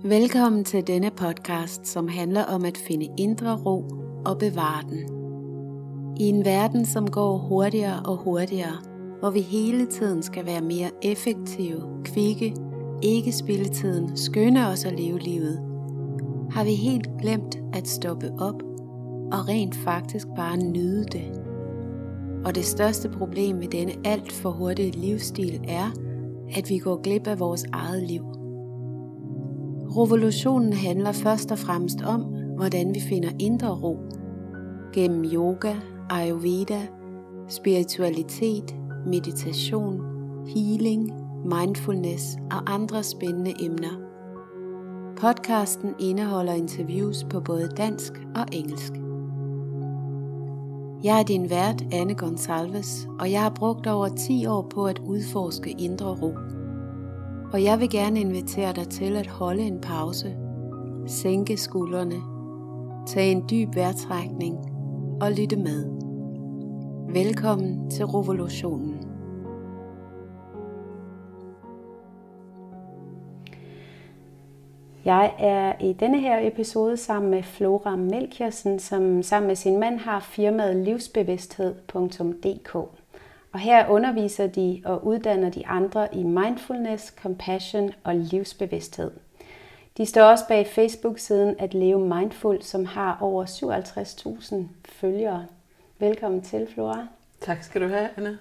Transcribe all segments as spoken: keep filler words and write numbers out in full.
Velkommen til denne podcast, som handler om at finde indre ro og bevare den. I en verden, som går hurtigere og hurtigere, hvor vi hele tiden skal være mere effektive, kvikke, ikke spilde tiden, skynde os at leve livet, har vi helt glemt at stoppe op og rent faktisk bare nyde det. Og det største problem med denne alt for hurtige livsstil er, at vi går glip af vores eget liv. Revolutionen handler først og fremmest om, hvordan vi finder indre ro gennem yoga, ayurveda, spiritualitet, meditation, healing, mindfulness og andre spændende emner. Podcasten indeholder interviews på både dansk og engelsk. Jeg er din vært, Anne Gonsalves, og jeg har brugt over ti år på at udforske indre ro. Og jeg vil gerne invitere dig til at holde en pause, sænke skuldrene, tage en dyb vejrtrækning og lytte med. Velkommen til revolutionen. Jeg er i denne her episode sammen med Flora Melchiorsen, som sammen med sin mand har firmaet livsbevidsthed punktum d k. Og her underviser de og uddanner de andre i mindfulness, compassion og livsbevidsthed. De står også bag Facebook-siden At leve mindful, som har over syvoghalvtreds tusind følgere. Velkommen til, Flora. Tak skal du have, Anne.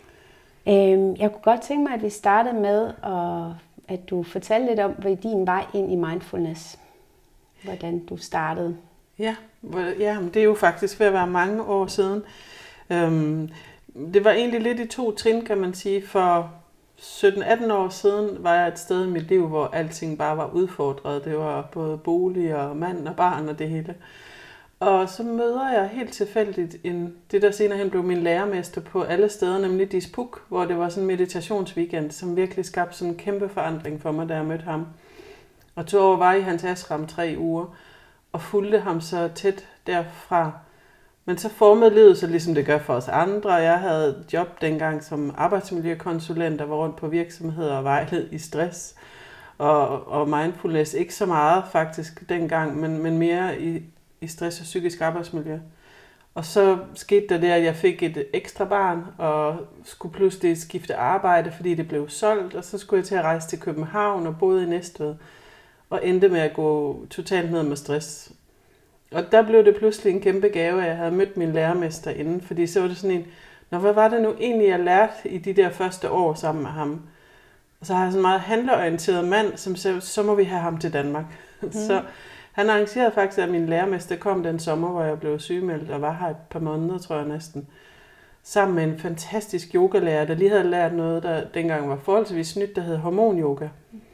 Øhm, jeg kunne godt tænke mig, at vi startede med, at, at du fortalte lidt om hvad din vej ind i mindfulness. Hvordan du startede. Ja, ja det er jo faktisk ved at være mange år siden. Øhm, Det var egentlig lidt i to trin, kan man sige. For sytten atten år siden var jeg et sted i mit liv, hvor alting bare var udfordret. Det var både bolig og mand og barn og det hele. Og så møder jeg helt tilfældigt en, det, der senere hen blev min lærermester på alle steder, nemlig Dispuk, hvor det var sådan en meditationsweekend, som virkelig skabte sådan en kæmpe forandring for mig, da jeg mødte ham. Og to år var i hans ashram tre uger, og fulgte ham så tæt derfra. Men så formede livet sig, ligesom det gør for os andre. Jeg havde job dengang som arbejdsmiljøkonsulent, der var rundt på virksomheder og vejlede i stress. Og, og mindfulness, ikke så meget faktisk dengang, men, men mere i, i stress og psykisk arbejdsmiljø. Og så skete der det, at jeg fik et ekstra barn, og skulle pludselig skifte arbejde, fordi det blev solgt. Og så skulle jeg til at rejse til København og boede i Næstved. Og endte med at gå totalt ned med stress. Og der blev det pludselig en kæmpe gave, at jeg havde mødt min lærermester inden, fordi så var det sådan en, nå, hvad var det nu egentlig, jeg lærte i de der første år sammen med ham? Og så har jeg sådan en meget handleorienteret mand, som sagde, så må vi have ham til Danmark. Mm. Så han arrangerede faktisk, at min lærermester kom den sommer, hvor jeg blev sygemeldt, og var her et par måneder, tror jeg næsten, sammen med en fantastisk yogalærer, der lige havde lært noget, der dengang var forholdsvis nyt, der hed hormonyoga.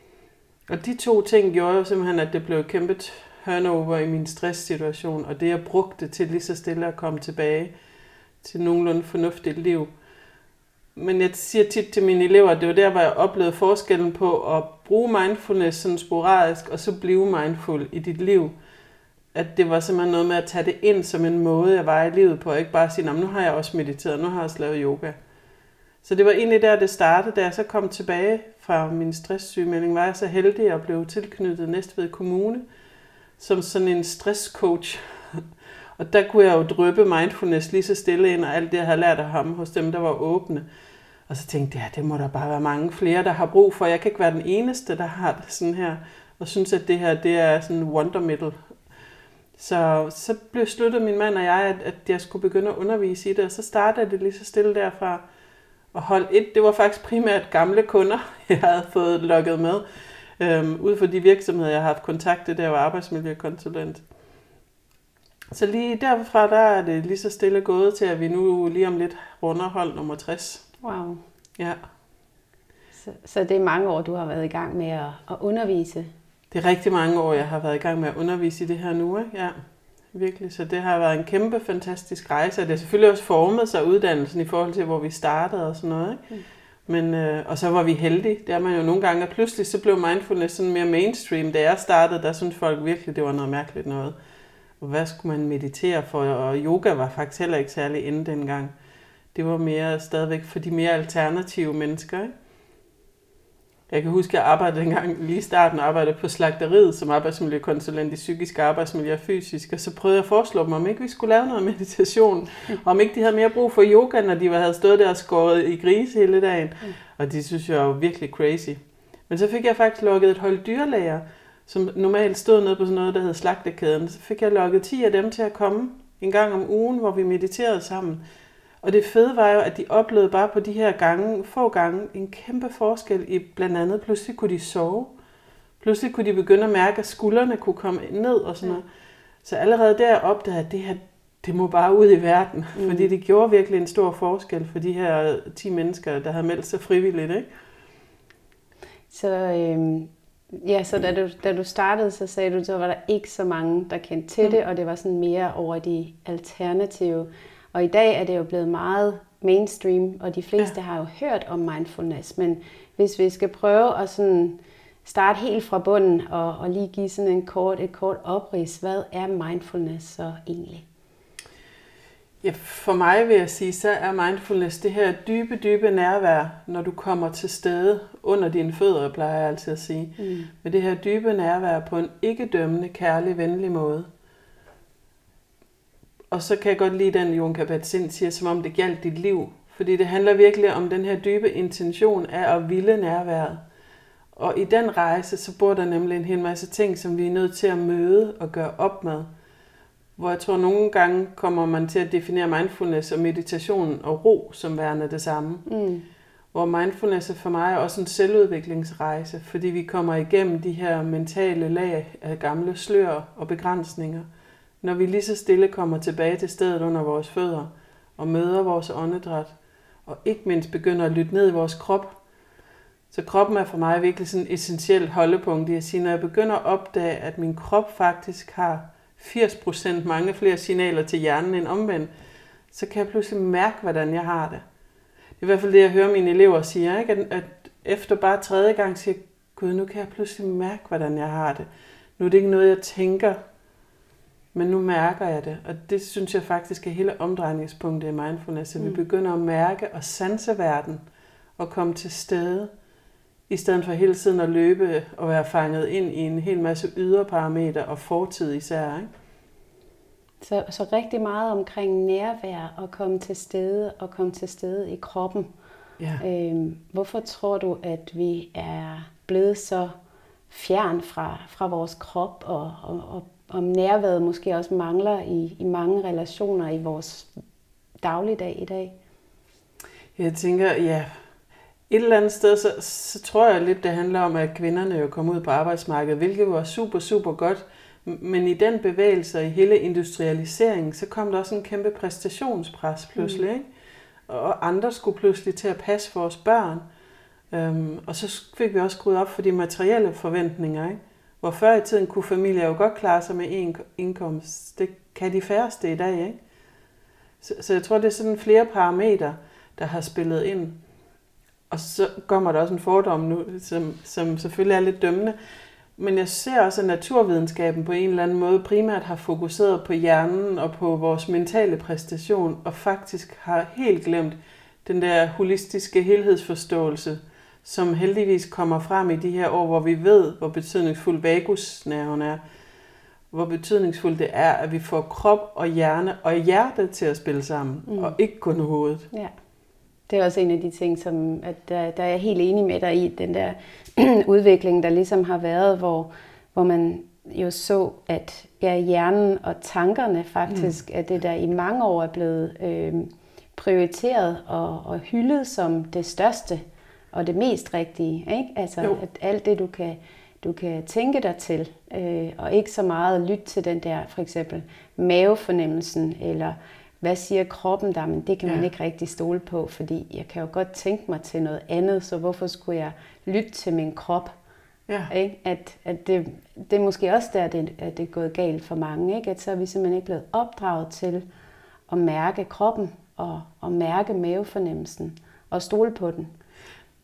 Og de to ting gjorde jo simpelthen, at det blev et kæmpe turnover i min stresssituation, og det jeg brugte til lige så stille at komme tilbage til nogenlunde fornuftigt liv. Men jeg siger tit til mine elever, at det var der, hvor jeg oplevede forskellen på at bruge mindfulness sådan sporadisk, og så blive mindful i dit liv. At det var simpelthen noget med at tage det ind som en måde, jeg var i livet på, og ikke bare sige, nu har jeg også mediteret, nu har jeg også lavet yoga. Så det var egentlig der, det startede. Da jeg så kom tilbage fra min stresssygemelding, var jeg så heldig at blive tilknyttet Næstved Kommune, som sådan en stresscoach. Og der kunne jeg jo dryppe mindfulness lige så stille ind, og alt det, jeg havde lært af ham hos dem, der var åbne. Og så tænkte jeg, ja, det må der bare være mange flere, der har brug for. Jeg kan ikke være den eneste, der har det sådan her, og synes, at det her, det er sådan en wondermiddel. Så, så blev sluttet min mand og jeg, at, at jeg skulle begynde at undervise i det, og så startede det lige så stille derfra. Og hold et, det var faktisk primært gamle kunder, jeg havde fået lukket med. Øhm, ud fra de virksomheder, jeg har haft kontakt til, der var arbejdsmiljøkonsulent. Så lige derfra, der er det lige så stille gået til, at vi nu lige om lidt runder hold nummer tres. Wow. Ja. Så, så det er mange år, du har været i gang med at, at undervise? Det er rigtig mange år, jeg har været i gang med at undervise i det her nu, ikke? Ja, virkelig. Så det har været en kæmpe, fantastisk rejse, og det har selvfølgelig også formet sig uddannelsen i forhold til, hvor vi startede og sådan noget, ikke? Mm. Men, øh, og så var vi heldige. Det er man jo nogle gange, og pludselig så blev mindfulness sådan mere mainstream. Da jeg startede, der syntes folk virkelig, det var noget mærkeligt noget. Og hvad skulle man meditere for? Og yoga var faktisk heller ikke særlig inde dengang. Det var mere stadigvæk for de mere alternative mennesker, ikke? Jeg kan huske, at jeg arbejdede engang lige i starten, arbejdede på slagteriet som arbejdsmiljøkonsulent i psykisk arbejdsmiljø og fysisk, og så prøvede jeg at foreslå dem, om ikke vi skulle lave noget meditation, og om ikke de havde mere brug for yoga, når de havde stået der og skåret i grise hele dagen. Og de synes jeg var virkelig crazy. Men så fik jeg faktisk lukket et hold dyrlæger, som normalt stod nede på sådan noget, der hed Slagtekæden. Så fik jeg lukket ti af dem til at komme en gang om ugen, hvor vi mediterede sammen. Og det fede var jo, at de oplevede bare på de her gange, få gange, en kæmpe forskel i blandt andet, pludselig kunne de sove. Pludselig kunne de begynde at mærke, at skuldrene kunne komme ned og sådan noget. Så allerede der opdagede jeg, at det her, det må bare ud i verden. Mm. Fordi det gjorde virkelig en stor forskel for de her ti mennesker, der havde meldt sig frivilligt, ikke? Så, øh, ja, så da du, da du startede, så sagde du, så var der ikke så mange, der kendte til mm. det, og det var sådan mere over de alternative. Og i dag er det jo blevet meget mainstream, og de fleste ja. har jo hørt om mindfulness. Men hvis vi skal prøve at sådan starte helt fra bunden og, og lige give sådan en kort, et kort oprids, hvad er mindfulness så egentlig? Ja, for mig vil jeg sige, så er mindfulness det her dybe, dybe nærvær, når du kommer til stede under dine fødder, plejer jeg altid at sige. Mm. Men det her dybe nærvær på en ikke-dømmende, kærlig, venlig måde. Og så kan jeg godt lide den, Jon Kabat-Zinn siger, som om det gjaldt dit liv. Fordi det handler virkelig om den her dybe intention af at ville nærværet. Og i den rejse, så bor der nemlig en hel masse ting, som vi er nødt til at møde og gøre op med. Hvor jeg tror, at nogle gange kommer man til at definere mindfulness og meditation og ro som værende det samme. Mm. Hvor mindfulness for mig er også en selvudviklingsrejse, fordi vi kommer igennem de her mentale lag af gamle slør og begrænsninger. Når vi lige så stille kommer tilbage til stedet under vores fødder og møder vores åndedræt, og ikke mindst begynder at lytte ned i vores krop. Så kroppen er for mig virkelig sådan et essentielt holdepunkt i at sige, når jeg begynder at opdage, at min krop faktisk har firs procent mange flere signaler til hjernen end omvendt, så kan jeg pludselig mærke, hvordan jeg har det. Det er i hvert fald det, jeg hører mine elever sige, ikke? At, at efter bare tredje gang siger, gud, nu kan jeg pludselig mærke, hvordan jeg har det. Nu er det ikke noget, jeg tænker, men nu mærker jeg det. Og det synes jeg faktisk er hele omdrejningspunktet i mindfulness, at vi begynder at mærke og sanse verden og komme til stede, i stedet for hele tiden at løbe og være fanget ind i en hel masse ydre parametre og fortid især, ikke? Så, så rigtig meget omkring nærvær og komme til stede og komme til stede i kroppen. Ja. Øhm, hvorfor tror du, at vi er blevet så fjern fra, fra vores krop, og, og, og om nærværet måske også mangler i, i mange relationer i vores dagligdag i dag? Jeg tænker, ja, et eller andet sted, så, så tror jeg lidt, det handler om, at kvinderne jo kommer ud på arbejdsmarkedet, hvilket var super, super godt. Men i den bevægelse og i hele industrialiseringen, så kom der også en kæmpe præstationspres pludselig, ikke? Og andre skulle pludselig til at passe vores børn. Øhm, og så fik vi også skruet op for de materielle forventninger, ikke? Hvor før i tiden kunne familier jo godt klare sig med én indkomst. Det kan de færreste i dag, ikke? Så, så jeg tror, det er sådan flere parametre, der har spillet ind. Og så kommer der også en fordom nu, som, som selvfølgelig er lidt dømmende. Men jeg ser også, at naturvidenskaben på en eller anden måde primært har fokuseret på hjernen og på vores mentale præstation, og faktisk har helt glemt den der holistiske helhedsforståelse, som heldigvis kommer frem i de her år, hvor vi ved, hvor betydningsfuld vagusnerven er. Hvor betydningsfuldt det er, at vi får krop og hjerne og hjerte til at spille sammen, mm. og ikke kun hovedet. Ja. Det er også en af de ting, som at der, der er jeg helt enig med dig i, den der udvikling, der ligesom har været, hvor, hvor man jo så, at ja, hjernen og tankerne faktisk, mm. at det der i mange år er blevet øh, prioriteret og, og hyldet som det største og det mest rigtige. Ikke? Altså, jo. At alt det, du kan, du kan tænke dig til, øh, og ikke så meget lytte til den der, for eksempel mavefornemmelsen, eller hvad siger kroppen der, men det kan man ja. ikke rigtig stole på, fordi jeg kan jo godt tænke mig til noget andet, så hvorfor skulle jeg lytte til min krop? Ja. Ikke? At, at det, det er måske også der, det, at det er gået galt for mange, ikke? At så er vi simpelthen ikke blevet opdraget til at mærke kroppen, og, og mærke mavefornemmelsen, og stole på den.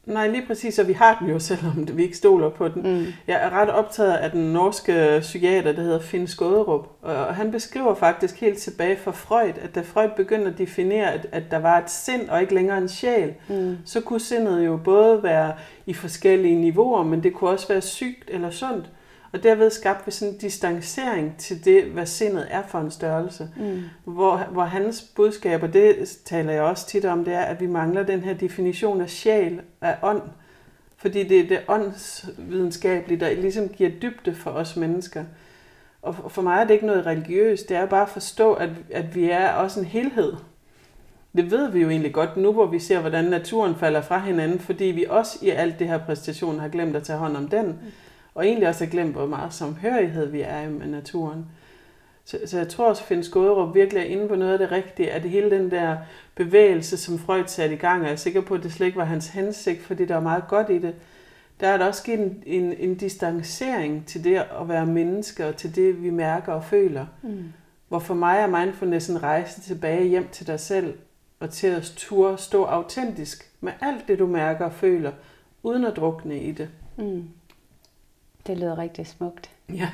Nej, lige præcis, og vi har den jo, selvom vi ikke stoler på den. Mm. Jeg er ret optaget af den norske psykiater, der hedder Finn Skåderup, og han beskriver faktisk helt tilbage fra Freud, at da Freud begyndte at definere, at, at der var et sind og ikke længere en sjæl, mm. så kunne sindet jo både være i forskellige niveauer, men det kunne også være sygt eller sundt. Og derved skabte vi sådan en distancering til det, hvad sindet er for en størrelse. Mm. Hvor, hvor hans budskab, og det taler jeg også tit om, det er, at vi mangler den her definition af sjæl, af ånd. Fordi det er det åndsvidenskabelige, der ligesom giver dybde for os mennesker. Og for mig er det ikke noget religiøst, det er bare at forstå, at, at vi er også en helhed. Det ved vi jo egentlig godt nu, hvor vi ser, hvordan naturen falder fra hinanden, fordi vi også i alt det her præstation har glemt at tage hånd om den. Mm. Og egentlig også har glemt, hvor meget samhørighed vi er med naturen. Så, så jeg tror også, at Finn Skåderup virkelig er inde på noget af det rigtige, at det hele den der bevægelse, som Freud satte i gang, og jeg er sikker på, at det slet ikke var hans hensigt, fordi der er meget godt i det, der er der også sket en, en, en distancering til det at være menneske, og til det, vi mærker og føler. Mm. Hvor for mig er mindfulness en rejse tilbage hjem til dig selv, og til at turde stå autentisk med alt det, du mærker og føler, uden at drukne i det. Mm. Det lyder rigtig smukt. Ja.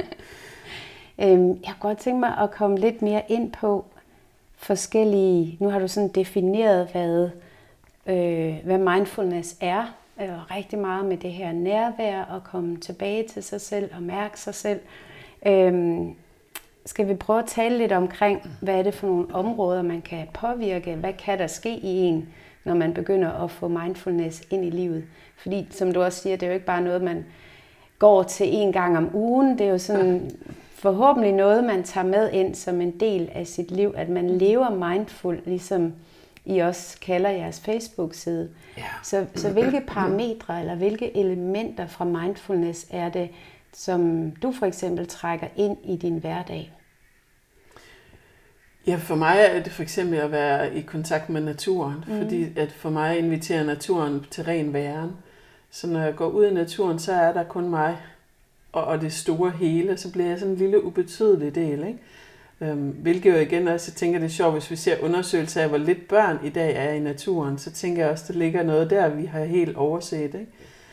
øhm, jeg kunne godt tænke mig at komme lidt mere ind på forskellige... Nu har du sådan defineret, hvad, øh, hvad mindfulness er. Øh, rigtig meget med det her nærvær og komme tilbage til sig selv og mærke sig selv. Øhm, skal vi prøve at tale lidt omkring, hvad er det for nogle områder, man kan påvirke? Hvad kan der ske i en, når man begynder at få mindfulness ind i livet? Fordi, som du også siger, det er jo ikke bare noget, man går til en gang om ugen. Det er jo sådan forhåbentlig noget, man tager med ind som en del af sit liv, at man lever mindful, ligesom I også kalder jeres Facebook-side. Yeah. Så, så hvilke parametre eller hvilke elementer fra mindfulness er det, som du for eksempel trækker ind i din hverdag? Ja, for mig er det for eksempel at være i kontakt med naturen, mm. fordi at for mig inviterer naturen til ren væren. Så når jeg går ud i naturen, så er der kun mig og, og det store hele, så bliver jeg sådan en lille ubetydelig del, ikke? Øhm, hvilket jo igen også, jeg tænker det er sjovt, hvis vi ser undersøgelser af, hvor lidt børn i dag er i naturen, så tænker jeg også, der ligger noget der, vi har helt overset, ikke?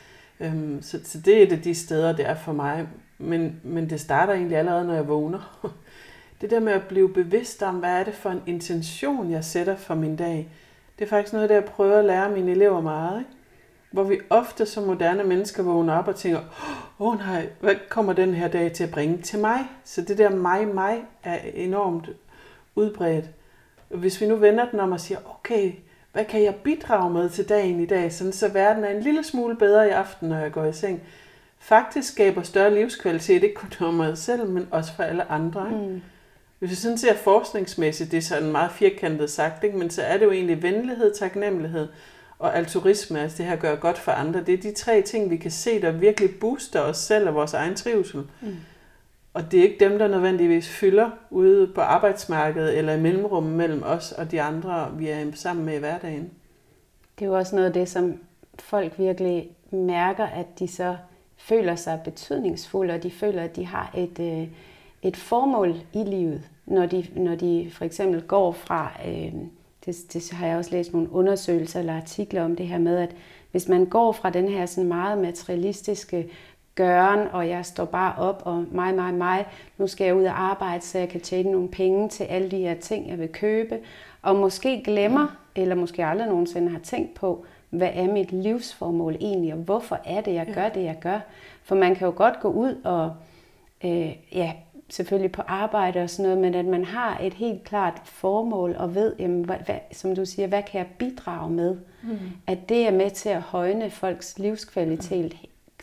Øhm, så, så det er et af de steder, det er for mig. Men, men det starter egentlig allerede, når jeg vågner. Det der med at blive bevidst om, hvad er det for en intention, jeg sætter for min dag, det er faktisk noget, der jeg prøver at lære mine elever meget, ikke? Hvor vi ofte som moderne mennesker vågner op og tænker, åh oh, nej, hvad kommer den her dag til at bringe til mig? Så det der mig, mig er enormt udbredt. Hvis vi nu vender den om og siger, okay, hvad kan jeg bidrage med til dagen i dag, sådan så verden er en lille smule bedre i aften, når jeg går i seng. Faktisk skaber større livskvalitet, ikke kun for mig selv, men også for alle andre. Ikke? Mm. Hvis vi sådan ser forskningsmæssigt, det er sådan meget firkantet sagt, ikke? Men så er det jo egentlig venlighed, taknemmelighed og altruisme, altså det her gør godt for andre. Det er de tre ting, vi kan se, der virkelig booster os selv og vores egen trivsel. Mm. Og det er ikke dem, der nødvendigvis fylder ude på arbejdsmarkedet eller i mellemrummet mellem os og de andre, vi er sammen med i hverdagen. Det er jo også noget af det, som folk virkelig mærker, at de så føler sig betydningsfulde, og de føler, at de har et, et formål i livet, når de, når de for eksempel går fra... Øh, Det, det har jeg også læst nogle undersøgelser eller artikler om det her med, at hvis man går fra den her sådan meget materialistiske gøren, og jeg står bare op, og mig, mig, mig, nu skal jeg ud og arbejde, så jeg kan tjene nogle penge til alle de her ting, jeg vil købe, og måske glemmer, eller måske aldrig nogensinde har tænkt på, hvad er mit livsformål egentlig, og hvorfor er det, jeg gør det, jeg gør. For man kan jo godt gå ud og, øh, ja, selvfølgelig på arbejde og sådan noget, men at man har et helt klart formål og ved, jamen, hvad, hvad, som du siger, hvad kan jeg bidrage med? Mm. At det er med til at højne folks livskvalitet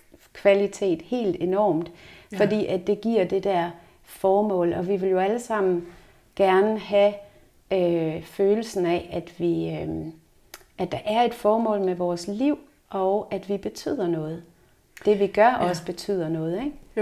kvalitet helt enormt, ja. Fordi at det giver det der formål, og vi vil jo alle sammen gerne have øh, følelsen af, at vi, øh, at der er et formål med vores liv, og at vi betyder noget. Det vi gør ja. Også betyder noget, ikke? Jo.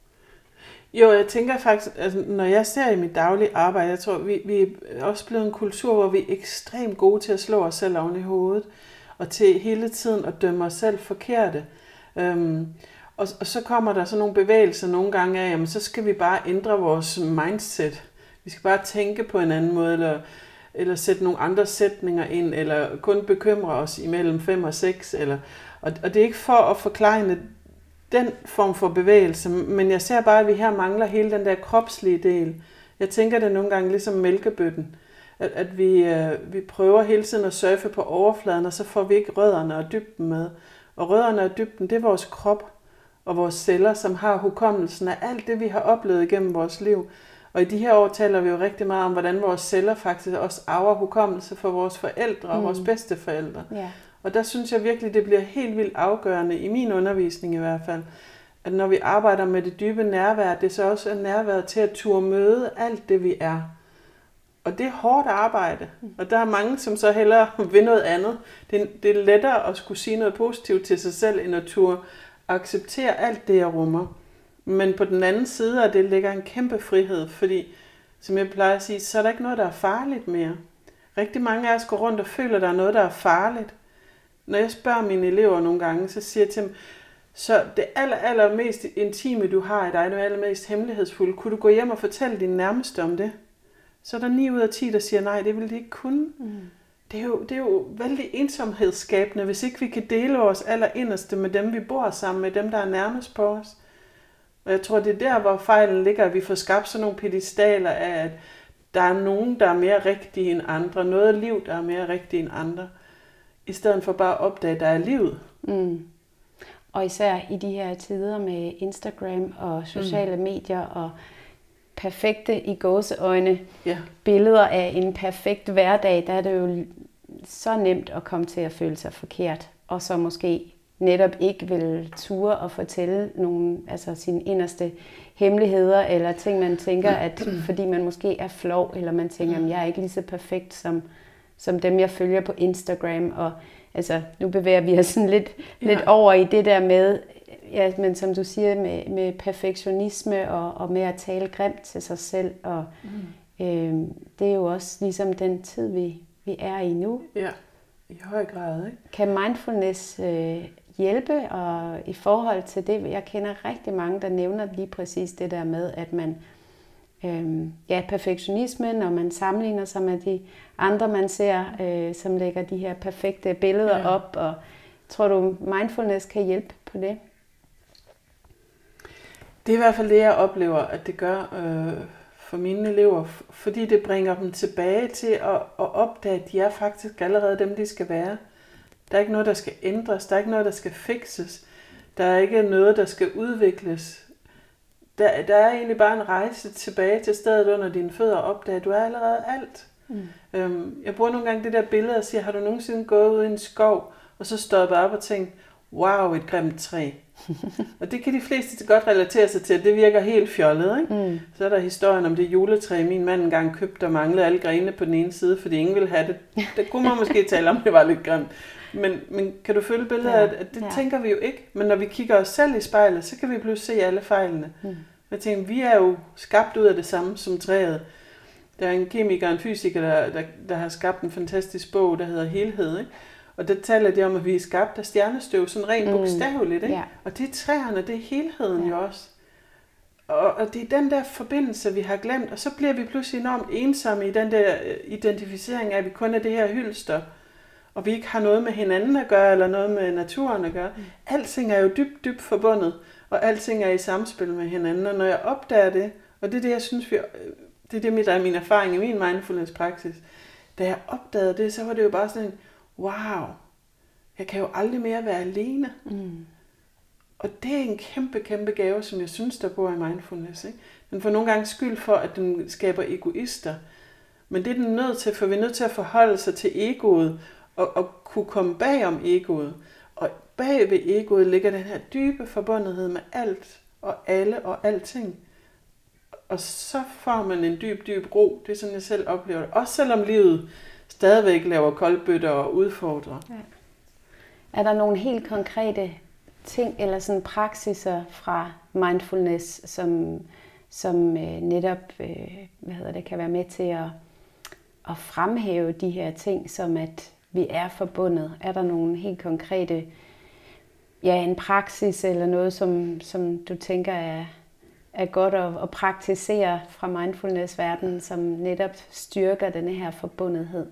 Jo, jeg tænker faktisk, altså, når jeg ser i mit daglige arbejde, jeg tror, vi, vi er også blevet en kultur, hvor vi er ekstremt gode til at slå os selv oven i hovedet, og til hele tiden at dømme os selv forkerte. Øhm, og, og så kommer der så nogle bevægelser nogle gange af, jamen så skal vi bare ændre vores mindset. Vi skal bare tænke på en anden måde, eller eller sætte nogle andre sætninger ind, eller kun bekymre os imellem fem og seks. Eller, og, og det er ikke for at forklare den form for bevægelse, men jeg ser bare, at vi her mangler hele den der kropslige del. Jeg tænker det nogle gange ligesom mælkebøtten, at, at vi, øh, vi prøver hele tiden at surfe på overfladen, og så får vi ikke rødderne og dybden med. Og rødderne og dybden, det er vores krop og vores celler, som har hukommelsen af alt det, vi har oplevet gennem vores liv. Og i de her år taler vi jo rigtig meget om, hvordan vores celler faktisk også arver hukommelse for vores forældre og mm. vores bedsteforældre. Yeah. Og der synes jeg virkelig, det bliver helt vildt afgørende, i min undervisning i hvert fald, at når vi arbejder med det dybe nærvær, det så også er nærværet til at turde møde alt det, vi er. Og det er hårdt arbejde, og der er mange, som så hellere vil noget andet. Det er, det er lettere at skulle sige noget positivt til sig selv, end at turde acceptere alt det, jeg rummer. Men på den anden side af det ligger en kæmpe frihed, fordi, som jeg plejer at sige, så er der ikke noget, der er farligt mere. Rigtig mange af os går rundt og føler, at der er noget, der er farligt. Når jeg spørger mine elever nogle gange, så siger jeg til dem, så det aller, aller mest intime, du har i dig, det allermest hemmelighedsfulde, kunne du gå hjem og fortælle din nærmeste om det? Så er der ni ud af ti, der siger nej, det vil de ikke kunne. Mm. Det, er jo, det er jo vældig ensomhedsskabende, hvis ikke vi kan dele vores allerinderste med dem, vi bor sammen med, dem, der er nærmest på os. Og jeg tror, det er der, hvor fejlen ligger, at vi får skabt sådan nogle pedestaler af, at der er nogen, der er mere rigtige end andre. Noget af liv, der er mere rigtige end andre. I stedet for bare at opdage, at der er livet. Mm. Og især i de her tider med Instagram og sociale mm. medier og perfekte i gåseøjne yeah. billeder af en perfekt hverdag, der er det jo så nemt at komme til at føle sig forkert. Og så måske netop ikke vil ture og fortælle nogle, altså sine inderste hemmeligheder, eller ting, man tænker, at fordi man måske er flov, eller man tænker, at jeg er ikke lige så perfekt som, som dem, jeg følger på Instagram. Og altså, nu bevæger vi os sådan lidt, ja. lidt over i det der med, ja, men som du siger, med, med perfektionisme og, og med at tale grimt til sig selv. Og mm. øh, det er jo også ligesom den tid, vi, vi er i nu. Ja, i høj grad, ikke? Kan mindfulness øh, hjælpe, og i forhold til det, jeg kender rigtig mange, der nævner lige præcis det der med, at man, øh, ja, perfektionisme, når man sammenligner sig med de andre, man ser, øh, som lægger de her perfekte billeder ja. op, og tror du, mindfulness kan hjælpe på det? Det er i hvert fald det, jeg oplever, at det gør øh, for mine elever, fordi det bringer dem tilbage til at, at opdage, at de er faktisk allerede dem, de skal være. Der er ikke noget, der skal ændres. Der er ikke noget, der skal fikses. Der er ikke noget, der skal udvikles. Der, der er egentlig bare en rejse tilbage til stedet under dine fødder og opdage, at du er allerede alt. Mm. Øhm, jeg bruger nogle gange det der billede og siger, har du nogensinde gået ud i en skov, og så stoppet op og tænkt, wow, et grimt træ. Og det kan de fleste godt relatere sig til, det virker helt fjollet, ikke? Mm. Så er der historien om det juletræ, min mand engang købte, der manglede alle grenene på den ene side, fordi ingen ville have det. Det kunne man måske tale om, det var lidt grimt. Men, men kan du følge billedet af, at det ja. tænker vi jo ikke. Men når vi kigger os selv i spejlet, så kan vi pludselig se alle fejlene. Mm. Jeg tænker, vi er jo skabt ud af det samme som træet. Der er en kemiker og en fysiker, der, der, der har skabt en fantastisk bog, der hedder Helhed, ikke? Og der taler de om, at vi er skabt af stjernestøv, sådan rent mm. bogstaveligt, ikke? Yeah. Og det er træerne, det er helheden yeah. jo også. Og, og det er den der forbindelse, vi har glemt, og så bliver vi pludselig enormt ensomme i den der identificering af, at vi kun er det her hylster, og vi ikke har noget med hinanden at gøre, eller noget med naturen at gøre. Mm. Alting er jo dybt, dybt forbundet, og alting er i samspil med hinanden, og når jeg opdager det, og det er det, jeg synes, vi, det er det, der er min erfaring i min mindfulness-praksis, da jeg opdagede det, så var det jo bare sådan en, wow, jeg kan jo aldrig mere være alene. Mm. Og det er en kæmpe, kæmpe gave, som jeg synes, der bor i mindfulness. Ikke? Den får nogle gange skyld for, at den skaber egoister. Men det er den nødt til, for vi er nødt til at forholde sig til egoet, og, og kunne komme bag om egoet. Og bag ved egoet ligger den her dybe forbundethed med alt, og alle og alting. Og så får man en dyb, dyb ro. Det er sådan, jeg selv oplever det. Også selvom livet stadigvæk laver koldbøtter og udfordrer. Ja. Er der nogle helt konkrete ting eller sådan praksiser fra mindfulness, som, som øh, netop øh, hvad hedder det, kan være med til at, at fremhæve de her ting, som at vi er forbundet? Er der nogle helt konkrete, ja, en praksis eller noget, som, som du tænker er, er godt at, at praktisere fra mindfulness-verdenen, som netop styrker denne her forbundethed?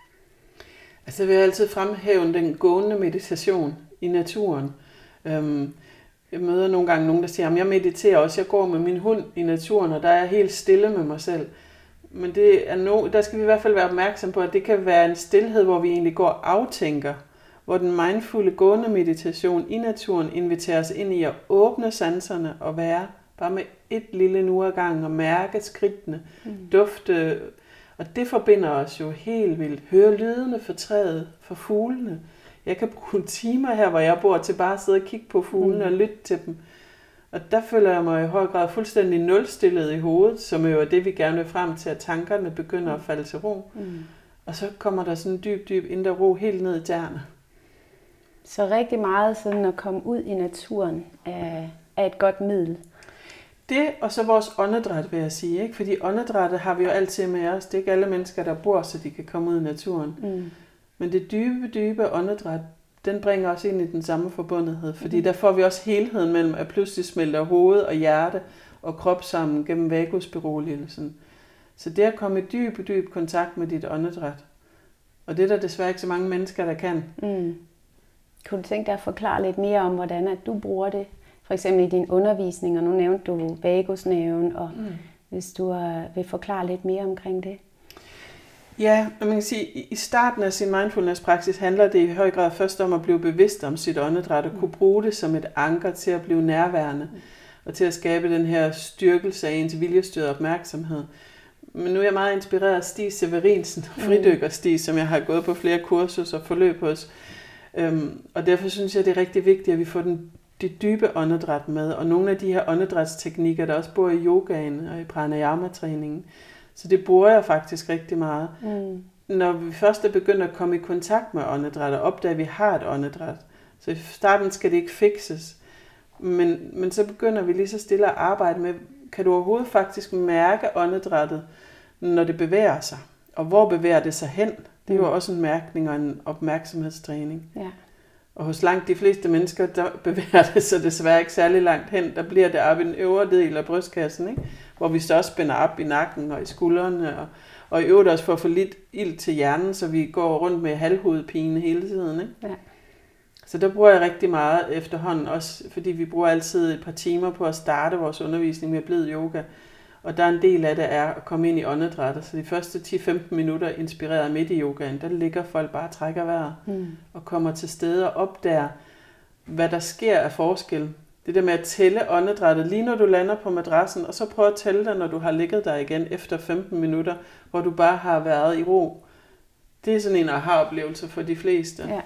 Altså jeg vil altid fremhæve den gående meditation i naturen. Øhm, jeg møder nogle gange nogen, der siger, at jeg mediterer også, jeg går med min hund i naturen, og der er jeg helt stille med mig selv. Men det er no, der skal vi i hvert fald være opmærksom på, at det kan være en stilhed, hvor vi egentlig går og aftænker, hvor den mindfulde gående meditation i naturen inviterer os ind i at åbne sanserne og være bare med et lille nu ad gangen og mærke skridtene, mm. dufte. Og det forbinder os jo helt vildt. Høre lydene for træet, for fuglene. Jeg kan bruge timer her, hvor jeg bor, til bare at sidde og kigge på fuglene mm. og lytte til dem. Og der føler jeg mig i høj grad fuldstændig nulstillet i hovedet, som jo er det, vi gerne vil frem til, at tankerne begynder at falde til ro. Mm. Og så kommer der sådan en dyb, dyb indre ro helt ned i tæerne. Så rigtig meget sådan at komme ud i naturen er, er et godt middel. Det, og så vores åndedræt, vil jeg sige. Ikke? Fordi åndedrættet har vi jo altid med os. Det er ikke alle mennesker, der bor, så de kan komme ud i naturen. Mm. Men det dybe, dybe åndedræt, den bringer os ind i den samme forbundethed. Fordi mm. der får vi også helheden mellem, at pludselig smelter hoved og hjerte og krop sammen gennem vagusberoligelsen. Så det at komme i dyb, dyb kontakt med dit åndedræt. Og det er der desværre ikke så mange mennesker, der kan. Mm. Kunne du tænke dig at forklare lidt mere om, hvordan at du bruger det? For eksempel i din undervisning, og nu nævnte du vagusnerven, og mm. hvis du uh, vil forklare lidt mere omkring det. Ja, man kan sige, at i starten af sin mindfulness-praksis handler det i høj grad først om at blive bevidst om sit åndedræt, og kunne bruge det som et anker til at blive nærværende, og til at skabe den her styrkelse af ens viljestyret opmærksomhed. Men nu er jeg meget inspireret af Stig Severinsen, fridykker Stig, som jeg har gået på flere kurser og forløb hos. Øhm, og derfor synes jeg, det er rigtig vigtigt, at vi får den, det dybe åndedræt med, og nogle af de her åndedrætsteknikker, der også bor i yogaen og i pranayama-træningen. Så det bruger jeg faktisk rigtig meget. Mm. Når vi først er begyndt at komme i kontakt med åndedræt, og opdage, at vi har et åndedræt, så i starten skal det ikke fikses. Men, men så begynder vi lige så stille at arbejde med, kan du overhovedet faktisk mærke åndedrættet, når det bevæger sig? Og hvor bevæger det sig hen? Det er jo også en mærkning og en opmærksomhedstræning. Ja. Og hos langt de fleste mennesker, der bevæger det sig desværre ikke særlig langt hen. Der bliver det op i den øvre del af brystkassen, ikke? Hvor vi så også spænder op i nakken og i skuldrene. Og, og i øvrigt også for at få lidt ild til hjernen, så vi går rundt med halvhovedpine hele tiden. Ikke? Ja. Så der bruger jeg rigtig meget efterhånden, også fordi vi bruger altid et par timer på at starte vores undervisning med blid yoga. Og der er en del af det er at komme ind i åndedrættet. Så de første ti til femten minutter inspireret midt i yogaen, der ligger folk bare og trækker vejret mm. og kommer til stede og opdager, hvad der sker af forskel. Det der med at tælle åndedrættet lige når du lander på madrassen, og så prøve at tælle dig, når du har ligget der igen efter femten minutter, hvor du bare har været i ro. Det er sådan en aha-oplevelse for de fleste. Ja.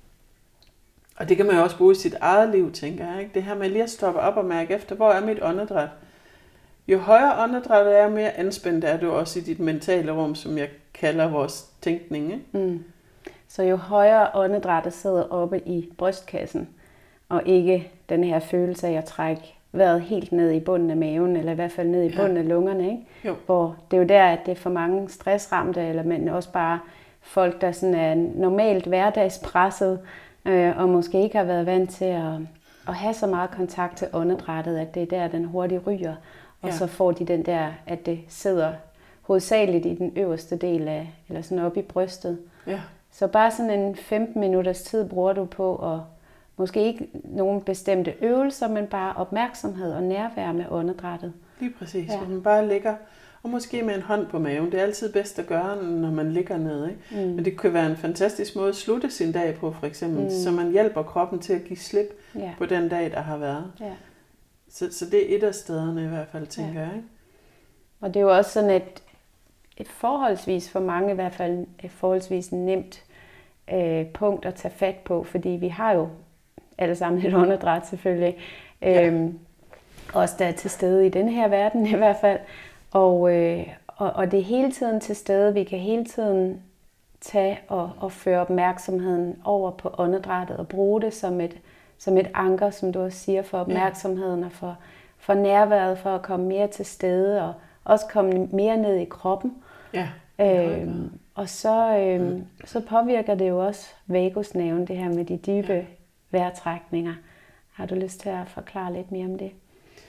Og det kan man jo også bruge i sit eget liv, tænker jeg. Ikke? Det her med lige at stoppe op og mærke efter, hvor er mit åndedræt? Jo højere åndedrættet er, mere anspændt er du også i dit mentale rum, som jeg kalder vores tænkning. Ikke? Mm. Så jo højere åndedrættet sidder oppe i brystkassen, og ikke den her følelse af at trække vejret helt ned i bunden af maven, eller i hvert fald ned i bunden ja. af lungerne. Ikke? Jo. Hvor det er jo der, at det er for mange stressramte, eller men også bare folk, der sådan er normalt hverdagspresset, øh, og måske ikke har været vant til at, at have så meget kontakt til åndedrættet, at det er der, den hurtigt ryger. Og ja. så får de den der, at det sidder hovedsageligt i den øverste del af, eller sådan oppe i brystet. Ja. Så bare sådan en femten minutters tid bruger du på at, måske ikke nogen bestemte øvelser, men bare opmærksomhed og nærvær med åndedrættet. Lige præcis, ja. Hvor man bare ligger, og måske med en hånd på maven. Det er altid bedst at gøre, når man ligger nede. Ikke? Mm. Men det kan være en fantastisk måde at slutte sin dag på, for eksempel, mm. så man hjælper kroppen til at give slip ja. på den dag, der har været. Ja. Så, så det er et af stederne i hvert fald, tænker ja. jeg. Ikke? Og det er jo også sådan et, et forholdsvis, for mange i hvert fald, et forholdsvis nemt øh, punkt at tage fat på, fordi vi har jo alle sammen et åndedræt selvfølgelig, ja. øhm, også der er til stede i den her verden i hvert fald, og, øh, og, og det er hele tiden til stede. Vi kan hele tiden tage og, og føre opmærksomheden over på åndedrættet og bruge det som et som et anker, som du også siger, for opmærksomheden og for, for nærværet, for at komme mere til stede og også komme mere ned i kroppen. Ja. Øhm, og så, øhm, så påvirker det jo også vagusnerven, det her med de dybe ja. vejrtrækninger. Har du lyst til at forklare lidt mere om det?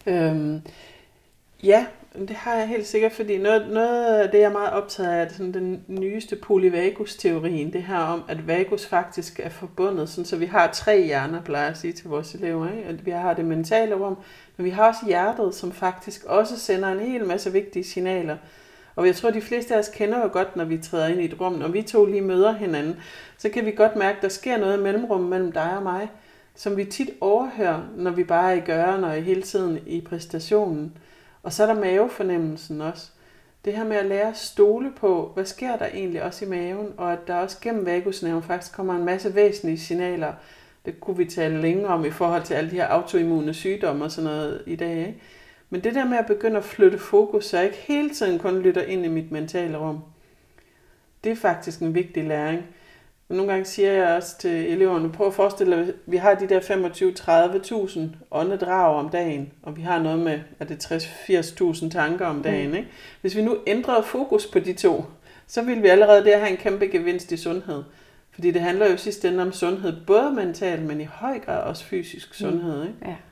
Øhm, ja, det har jeg helt sikkert, fordi noget, noget af det, jeg er meget optaget af, er sådan den nyeste polyvagus-teorien. Det her om, at vagus faktisk er forbundet, sådan, så vi har tre hjerner, plejer jeg at sige til vores elever. Ikke? At vi har det mentale rum, men vi har også hjertet, som faktisk også sender en hel masse vigtige signaler. Og jeg tror, de fleste af os kender jo godt, når vi træder ind i et rum. Når vi to lige møder hinanden, så kan vi godt mærke, at der sker noget i mellemrummet mellem dig og mig, som vi tit overhører, når vi bare er i gøren og hele tiden i præstationen. Og så er der mavefornemmelsen også. Det her med at lære at stole på, hvad sker der egentlig også i maven, og at der også gennem vagusnerven faktisk kommer en masse væsentlige signaler. Det kunne vi tale længe om i forhold til alle de her autoimmune sygdomme og sådan noget i dag, ikke? Men det der med at begynde at flytte fokus, så jeg ikke hele tiden kun lytter ind i mit mentale rum, det er faktisk en vigtig læring. Nogle gange siger jeg også til eleverne, prøv at forestille dig, at vi har de der femogtyve til tredive tusind åndedrag om dagen, og vi har noget med, at det er tres til firs tusind tanker om dagen. Mm. Ikke? Hvis vi nu ændrede fokus på de to, så ville vi allerede der have en kæmpe gevinst i sundhed. Fordi det handler jo sidst ende om sundhed, både mentalt, men i høj grad også fysisk sundhed. Ikke? Ja.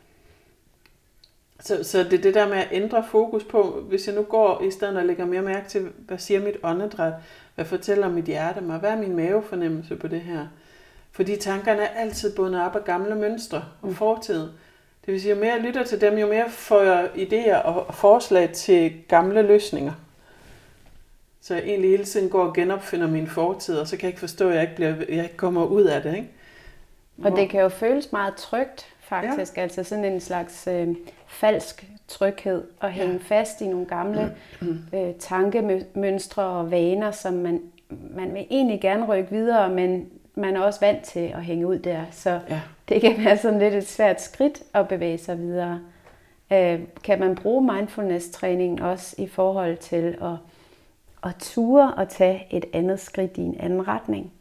Så, så det er det der med at ændre fokus på, hvis jeg nu går i stedet og lægger mere mærke til, hvad siger mit åndedræt, hvad fortæller mit hjerte mig, hvad er min mavefornemmelse på det her. Fordi tankerne er altid bundet op af gamle mønstre og fortid. Det vil sige, jo mere jeg lytter til dem, jo mere får jeg idéer og forslag til gamle løsninger. Så jeg egentlig hele tiden går og genopfinder min fortid, og så kan jeg ikke forstå, at jeg ikke, bliver, jeg ikke kommer ud af det. Ikke? Og det kan jo føles meget trygt, faktisk. Ja. Altså sådan en slags øh, falsk tryghed at hænge ja. fast i nogle gamle øh, tankemønstre og vaner, som man, man vil egentlig gerne rykke videre, men man er også vant til at hænge ud der. Så ja. det kan være sådan lidt et svært skridt at bevæge sig videre. Øh, kan man bruge mindfulness-træningen også i forhold til at, at ture og tage et andet skridt i en anden retning?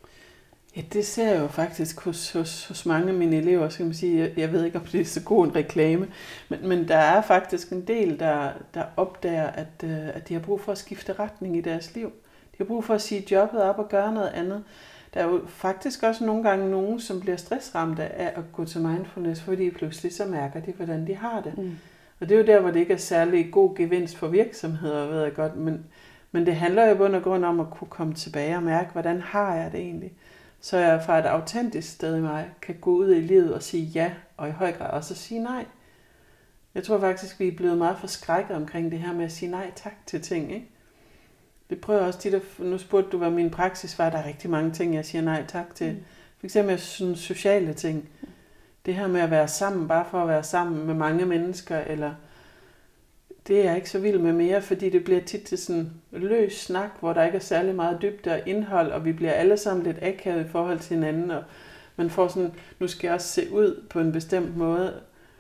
Ja, det ser jeg jo faktisk hos, hos, hos mange af mine elever, så kan man sige, jeg, jeg ved ikke, om det er så god en reklame, men, men der er faktisk en del, der, der opdager, at, øh, at de har brug for at skifte retning i deres liv. De har brug for at sige jobbet op og gøre noget andet. Der er jo faktisk også nogle gange nogen, som bliver stressramte af at gå til mindfulness, fordi pludselig så mærker de, hvordan de har det. Mm. Og det er jo der, hvor det ikke er særlig god gevinst for virksomheder, ved jeg godt, men, men det handler jo i bund og grund om at kunne komme tilbage og mærke, hvordan har jeg det egentlig? Så jeg fra et autentisk sted i mig kan gå ud i livet og sige ja, og i høj grad også sige nej. Jeg tror faktisk, vi er blevet meget forskrækket omkring det her med at sige nej tak til ting. Ikke? Det prøver også tit, at, nu spurgte du, hvad min praksis var, der er rigtig mange ting, jeg siger nej tak til. Mm. For eksempel sådan sociale ting. Det her med at være sammen, bare for at være sammen med mange mennesker, eller det er jeg ikke så vild med mere, fordi det bliver tit til sådan løs snak, hvor der ikke er særlig meget dybde og indhold, og vi bliver alle sammen lidt akavet i forhold til hinanden, og man får sådan, nu skal jeg også se ud på en bestemt måde.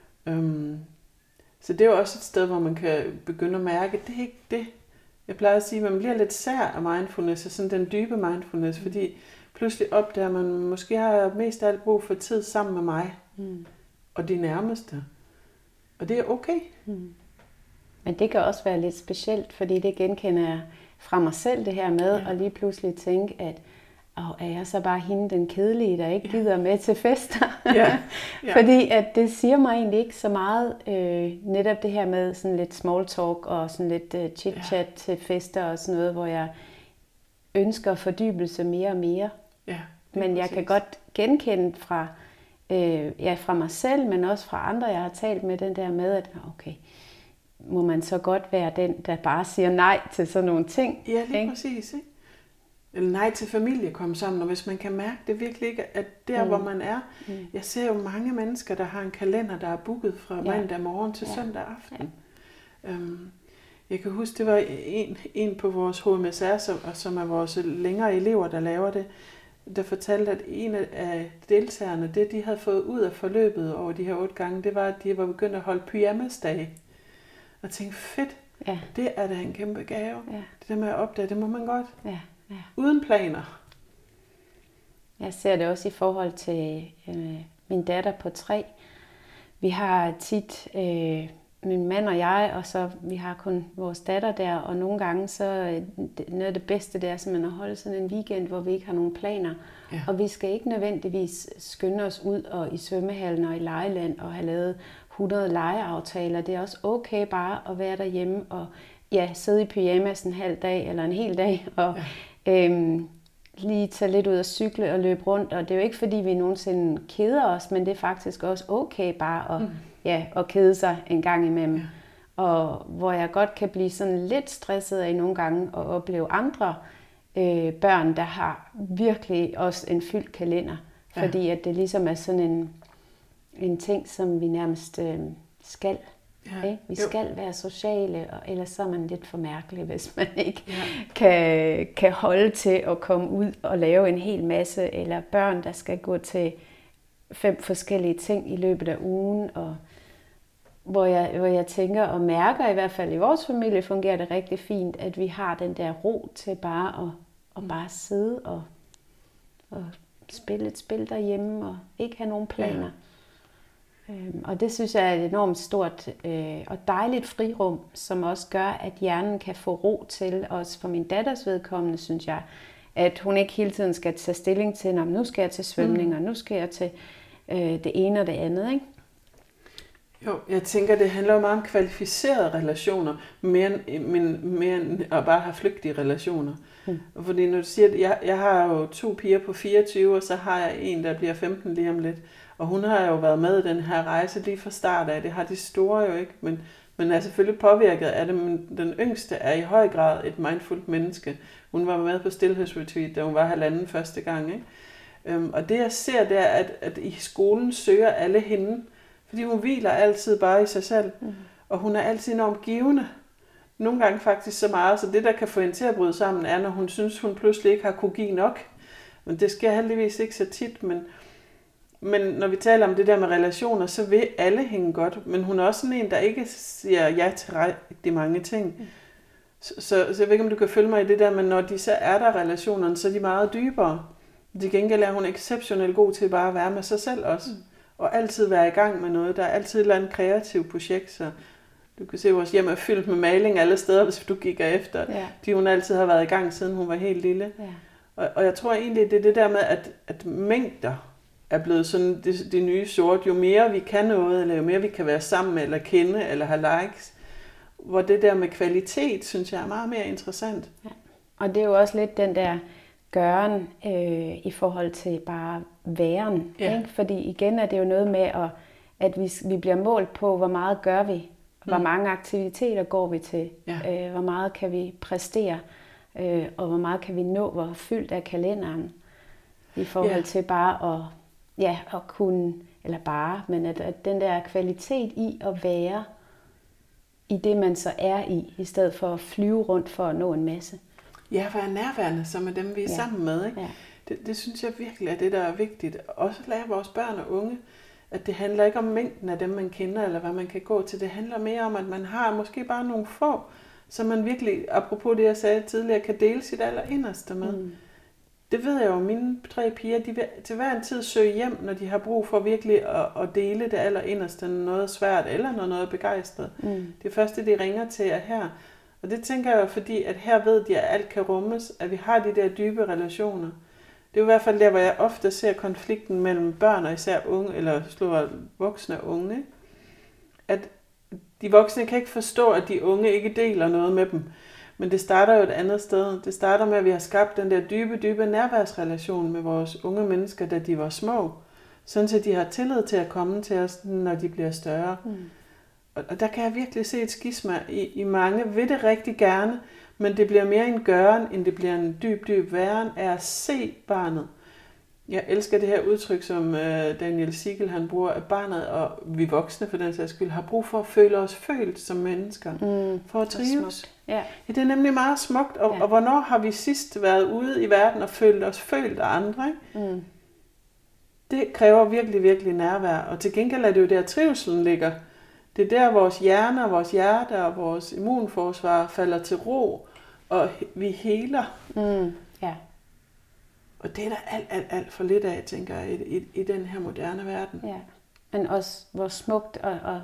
Um, så det er jo også et sted, hvor man kan begynde at mærke, det er ikke det. Jeg plejer at sige, at man bliver lidt sær af mindfulness, og sådan den dybe mindfulness, fordi pludselig opdager man, måske har mest af alt brug for tid sammen med mig, mm. og de nærmeste. Og det er okay. Mm. Men det kan også være lidt specielt, fordi det genkender jeg fra mig selv, det her med ja. at lige pludselig tænke, at åh, er jeg så bare hende den kedelige, der ikke gider med til fester? Ja. Ja. Fordi at det siger mig egentlig ikke så meget, øh, netop det her med sådan lidt small talk og sådan lidt øh, chit-chat ja. til fester og sådan noget, hvor jeg ønsker fordybelse mere og mere. Ja, men jeg præcis. kan godt genkende fra, øh, ja, fra mig selv, men også fra andre, jeg har talt med, den der med, at okay, må man så godt være den, der bare siger nej til sådan nogle ting. Ja, lige ikke? præcis. Ikke? Eller nej til familie komme sammen, og hvis man kan mærke det virkelig ikke, at der, mm. hvor man er. Mm. Jeg ser jo mange mennesker, der har en kalender, der er booket fra ja. mandag morgen til ja. søndag aften. Ja. Um, jeg kan huske, det var en, en på vores H M S R, som, som er vores længere elever, der laver det, der fortalte, at en af deltagerne, det de havde fået ud af forløbet over de her otte gange, det var, at de var begyndt at holde pyjamasdage. Og tænkte, fedt, ja. det er da en kæmpe gave. Ja. Det der med at opdage, det må man godt. Ja. Ja. Uden planer. Jeg ser det også i forhold til øh, min datter på tre. Vi har tit øh, min mand og jeg, og så vi har kun vores datter der, og nogle gange så noget af det bedste, det er simpelthen at holde sådan en weekend, hvor vi ikke har nogen planer. Ja. Og vi skal ikke nødvendigvis skynde os ud og i svømmehallen og i legeland og have lavet hundrede legeaftaler. Det er også okay bare at være derhjemme og ja, sidde i pyjamas en halv dag eller en hel dag og ja. øhm, lige tage lidt ud og cykle og løbe rundt. Og det er jo ikke fordi vi nogensinde keder os, men det er faktisk også okay bare at, mm. ja, at kede sig en gang imellem. Ja. Og hvor jeg godt kan blive sådan lidt stresset af nogle gange og opleve andre øh, børn, der har virkelig også en fyldt kalender. Ja. Fordi at det ligesom er sådan en, en ting, som vi nærmest øh, skal. Ja. Ikke? Vi jo. skal være sociale, og ellers så er man lidt for mærkelig, hvis man ikke ja. kan, kan holde til at komme ud og lave en hel masse. Eller børn, der skal gå til fem forskellige ting i løbet af ugen. Og hvor jeg, hvor jeg tænker og mærker, i hvert fald i vores familie, fungerer det rigtig fint, at vi har den der ro til bare at, at bare sidde og, og spille et spil derhjemme og ikke have nogen planer. Ja. Øhm, og det synes jeg er et enormt stort øh, og dejligt frirum, som også gør, at hjernen kan få ro til, også for min datters vedkommende, synes jeg, at hun ikke hele tiden skal tage stilling til, nu skal jeg til svømning, mm. og nu skal jeg til øh, det ene og det andet, ikke? Jo, jeg tænker, det handler jo meget om kvalificerede relationer, mere end, men, mere end at bare have flygtige relationer. Mm. Fordi når du siger, at jeg, jeg har jo to piger på fireogtyve, og så har jeg en, der bliver femten lige om lidt. Og hun har jo været med i den her rejse lige fra start af. Det har de store jo ikke, men, men er selvfølgelig påvirket af det. Men den yngste er i høj grad et mindfuldt menneske. Hun var med på stillhedsretreat, da hun var halvanden første gang. Ikke? Øhm, og det jeg ser, det er, at, at i skolen søger alle hende. Fordi hun hviler altid bare i sig selv. Mm. Og hun er altid enormt givende. Nogle gange faktisk så meget, så det der kan få hende til at bryde sammen, er, når hun synes, hun pludselig ikke har kunne give nok. Men det sker heldigvis ikke så tit, men... Men når vi taler om det der med relationer, så vil alle hænge godt. Men hun er også sådan en, der ikke siger ja til rigtig mange ting. Mm. Så, så, så jeg ved ikke, om du kan følge mig i det der, men når de så er der relationerne, så er de meget dybere. Til gengæld er hun exceptionelt god til bare at være med sig selv også. Mm. Og altid være i gang med noget. Der er altid et eller andet kreativt projekt, så du kan se, at vores hjem er fyldt med maling alle steder, hvis du kigger efter. Ja. De hun altid har været i gang, siden hun var helt lille. Ja. Og, og jeg tror egentlig, det er det der med, at, at mængder er blevet sådan det, det nye sort. Jo mere vi kan noget, eller jo mere vi kan være sammen med, eller kende, eller have likes. Hvor det der med kvalitet, synes jeg er meget mere interessant. Ja. Og det er jo også lidt den der gøren øh, i forhold til bare væren. Ja. Ikke? Fordi igen er det jo noget med, at, at vi, vi bliver målt på, hvor meget gør vi. Hvor mm. mange aktiviteter går vi til. Ja. Øh, hvor meget kan vi præstere. Øh, og hvor meget kan vi nå, hvor fyldt er kalenderen. I forhold ja. til bare at Ja, at kunne, eller bare, men at, at den der kvalitet i at være i det, man så er i, i stedet for at flyve rundt for at nå en masse. Ja, for er nærværende, som er dem, vi er ja. sammen med. Ikke? Ja. Det, det synes jeg virkelig er det, der er vigtigt. Også at lære vores børn og unge, at det handler ikke om mængden af dem, man kender, eller hvad man kan gå til. Det handler mere om, at man har måske bare nogle få, som man virkelig, apropos det, jeg sagde tidligere, kan dele sit allerinderste med. Mm. Det ved jeg jo, mine tre piger, de vil til hver en tid søge hjem, når de har brug for virkelig at, at dele det allerinderste, noget svært eller noget, noget begejstret. Mm. Det første, de ringer til, er her. Og det tænker jeg jo, fordi at her ved de, at alt kan rummes, at vi har de der dybe relationer. Det er jo i hvert fald der, hvor jeg ofte ser konflikten mellem børn og især unge, eller slår voksne og unge. At de voksne kan ikke forstå, at de unge ikke deler noget med dem. Men det starter jo et andet sted. Det starter med, at vi har skabt den der dybe, dybe nærværsrelation med vores unge mennesker, da de var små. Sådan så de har tillid til at komme til os, når de bliver større. Mm. Og der kan jeg virkelig se et skisma i, i mange. Vil det rigtig gerne, men det bliver mere en gøren, end det bliver en dyb, dyb væren af at se barnet. Jeg elsker det her udtryk, som øh, Daniel Siegel han bruger, at barnet og vi voksne for den sags skyld har brug for at føle os følt som mennesker, mm, for at trives. Ja. Ja, det er nemlig meget smukt, og, ja. og hvornår har vi sidst været ude i verden og følt os følt af andre? Ikke? Mm. Det kræver virkelig, virkelig nærvær, og til gengæld er det jo der trivselen ligger. Det er der vores hjerner, vores hjerte og vores immunforsvar falder til ro, og vi heler. Mm. Ja. Og det er der alt, alt, alt for lidt af, tænker jeg, i, i, i den her moderne verden. Ja, men også hvor smukt og, og,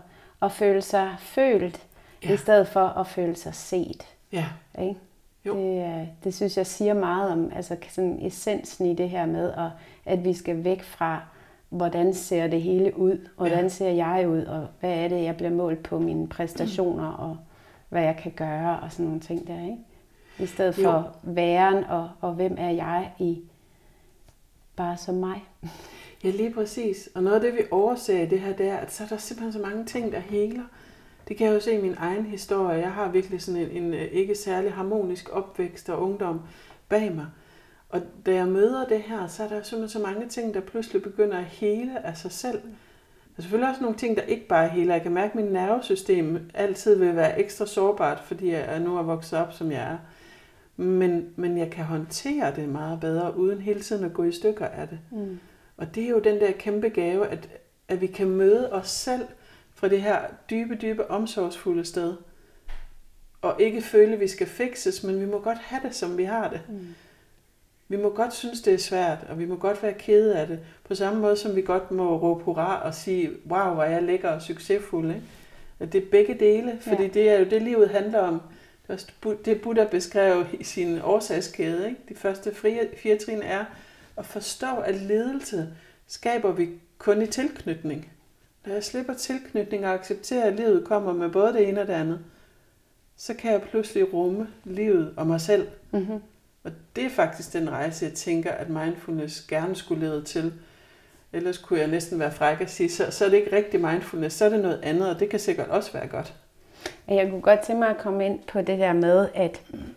at føle sig følt, ja. I stedet for at føle sig set. Ja. Ikke? Jo. Det, det synes jeg siger meget om altså sådan essensen i det her med, at, at vi skal væk fra, hvordan ser det hele ud, hvordan ja. Ser jeg ud, og hvad er det, jeg bliver målt på mine præstationer, mm. og hvad jeg kan gøre, og sådan nogle ting der, ikke? I stedet for jo. Væren, og, og hvem er jeg i bare som mig. Ja, lige præcis. Og noget af det, vi overser i det her, det er, at så er der simpelthen så mange ting, der heler. Det kan jeg jo se i min egen historie. Jeg har virkelig sådan en, en ikke særlig harmonisk opvækst og ungdom bag mig. Og da jeg møder det her, så er der simpelthen så mange ting, der pludselig begynder at hele af sig selv. Der er selvfølgelig også nogle ting, der ikke bare heler. Jeg kan mærke, at mit nervesystem altid vil være ekstra sårbart, fordi jeg nu er vokset op, som jeg er. Men, men jeg kan håndtere det meget bedre, uden hele tiden at gå i stykker af det. Mm. Og det er jo den der kæmpe gave, at, at vi kan møde os selv fra det her dybe, dybe, omsorgsfulde sted. Og ikke føle, at vi skal fikses, men vi må godt have det, som vi har det. Mm. Vi må godt synes, det er svært, og vi må godt være kede af det. På samme måde, som vi godt må råbe hurra og sige, wow, hvor er jeg lækker og succesfuld. Ikke? At det er begge dele, fordi ja. Det er jo det, livet handler om. Det Buddha beskrev i sin årsagskæde. Ikke? De første fire trin er at forstå, at ledelse skaber vi kun i tilknytning. Når jeg slipper tilknytning og accepterer, at livet kommer med både det ene og det andet, så kan jeg pludselig rumme livet og mig selv. Mm-hmm. Og det er faktisk den rejse, jeg tænker, at mindfulness gerne skulle lede til. Ellers kunne jeg næsten være fræk at sige, så, så er det ikke rigtig mindfulness, så er det noget andet, og det kan sikkert også være godt. Jeg kunne godt tænke mig at komme ind på det der med, at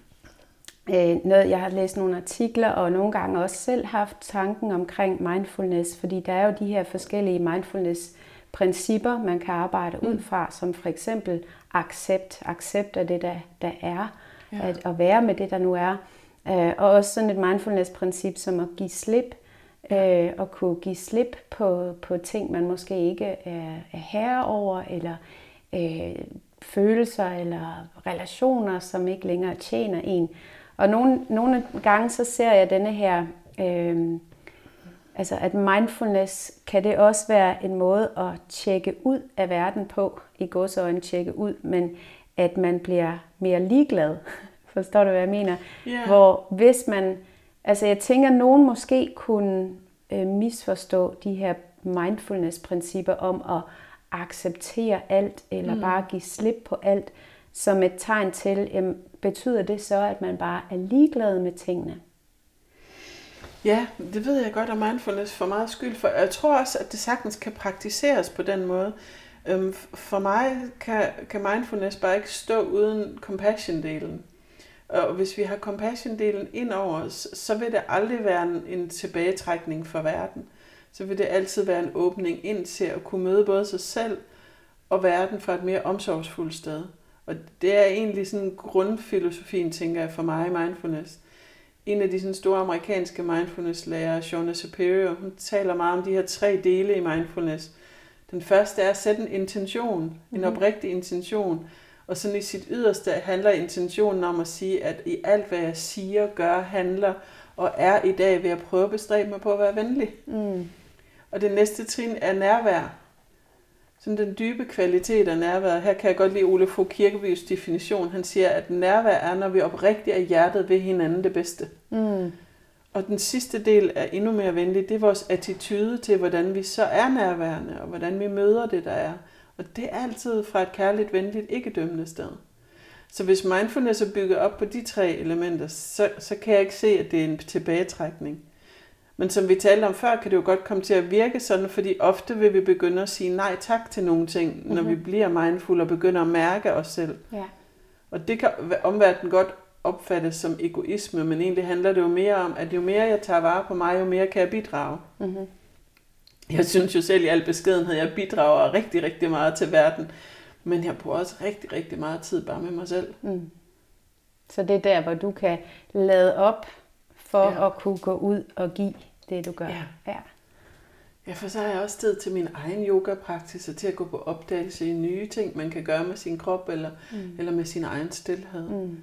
øh, noget, jeg har læst nogle artikler, og nogle gange også selv haft tanken omkring mindfulness, fordi der er jo de her forskellige mindfulness-principper, man kan arbejde mm. ud fra, som for eksempel accept, accept af det, der, der er, ja. at, at være med det, der nu er, øh, og også sådan et mindfulness-princip som at give slip, øh, og kunne give slip på, på ting, man måske ikke er, er herre over, eller øh, følelser eller relationer, som ikke længere tjener en. Og nogle, nogle gange så ser jeg denne her, øh, altså at mindfulness, kan det også være en måde at tjekke ud af verden på, i gåseøjne tjekke ud, men at man bliver mere ligeglad. Forstår du, hvad jeg mener? Yeah. Hvor hvis man, altså jeg tænker, at nogen måske kunne øh, misforstå de her mindfulness-principper om at acceptere alt, eller mm. bare give slip på alt, som et tegn til, jamen, betyder det så, at man bare er ligeglad med tingene? Ja, det ved jeg godt, at mindfulness for meget skyld for. Jeg tror også, at det sagtens kan praktiseres på den måde. For mig kan, kan mindfulness bare ikke stå uden compassion-delen. Og hvis vi har compassion-delen ind over os, så vil det aldrig være en, en tilbagetrækning for verden. Så vil det altid være en åbning ind til at kunne møde både sig selv og verden fra et mere omsorgsfuldt sted. Og det er egentlig sådan grundfilosofien, tænker jeg, for mig i mindfulness. En af de sådan store amerikanske mindfulness-lærere, Shauna Superior, hun taler meget om de her tre dele i mindfulness. Den første er at sætte en intention, en mm-hmm. oprigtig intention. Og sådan i sit yderste handler intentionen om at sige, at i alt hvad jeg siger, gør, handler og er i dag, vil jeg prøve at bestræbe mig på at være venlig. Mm. Og det næste trin er nærvær. Sådan den dybe kvalitet af nærvær. Her kan jeg godt lide Ole Fogh Kirkebys definition. Han siger, at nærvær er, når vi oprigtigt er hjertet ved hinanden det bedste. Mm. Og den sidste del er endnu mere venlig. Det er vores attitude til, hvordan vi så er nærværende, og hvordan vi møder det, der er. Og det er altid fra et kærligt, venligt, ikke-dømmende sted. Så hvis mindfulness er bygget op på de tre elementer, så, så kan jeg ikke se, at det er en tilbagetrækning. Men som vi talte om før, kan det jo godt komme til at virke sådan, fordi ofte vil vi begynde at sige nej tak til nogle ting, mm-hmm. når vi bliver mindful og begynder at mærke os selv. Ja. Og det kan omverdenen godt opfattes som egoisme, men egentlig handler det jo mere om, at jo mere jeg tager vare på mig, jo mere kan jeg bidrage. Mm-hmm. Jeg synes jo selv i al beskedenhed, at jeg bidrager rigtig, rigtig meget til verden, men jeg bruger også rigtig, rigtig meget tid bare med mig selv. Mm. Så det er der, hvor du kan lade op for ja. At kunne gå ud og give det, du gør. Ja. Ja. Ja, for så har jeg også tid til min egen yoga-praksis, og til at gå på opdagelse i nye ting, man kan gøre med sin krop, eller, mm. eller med sin egen stilhed. Mm.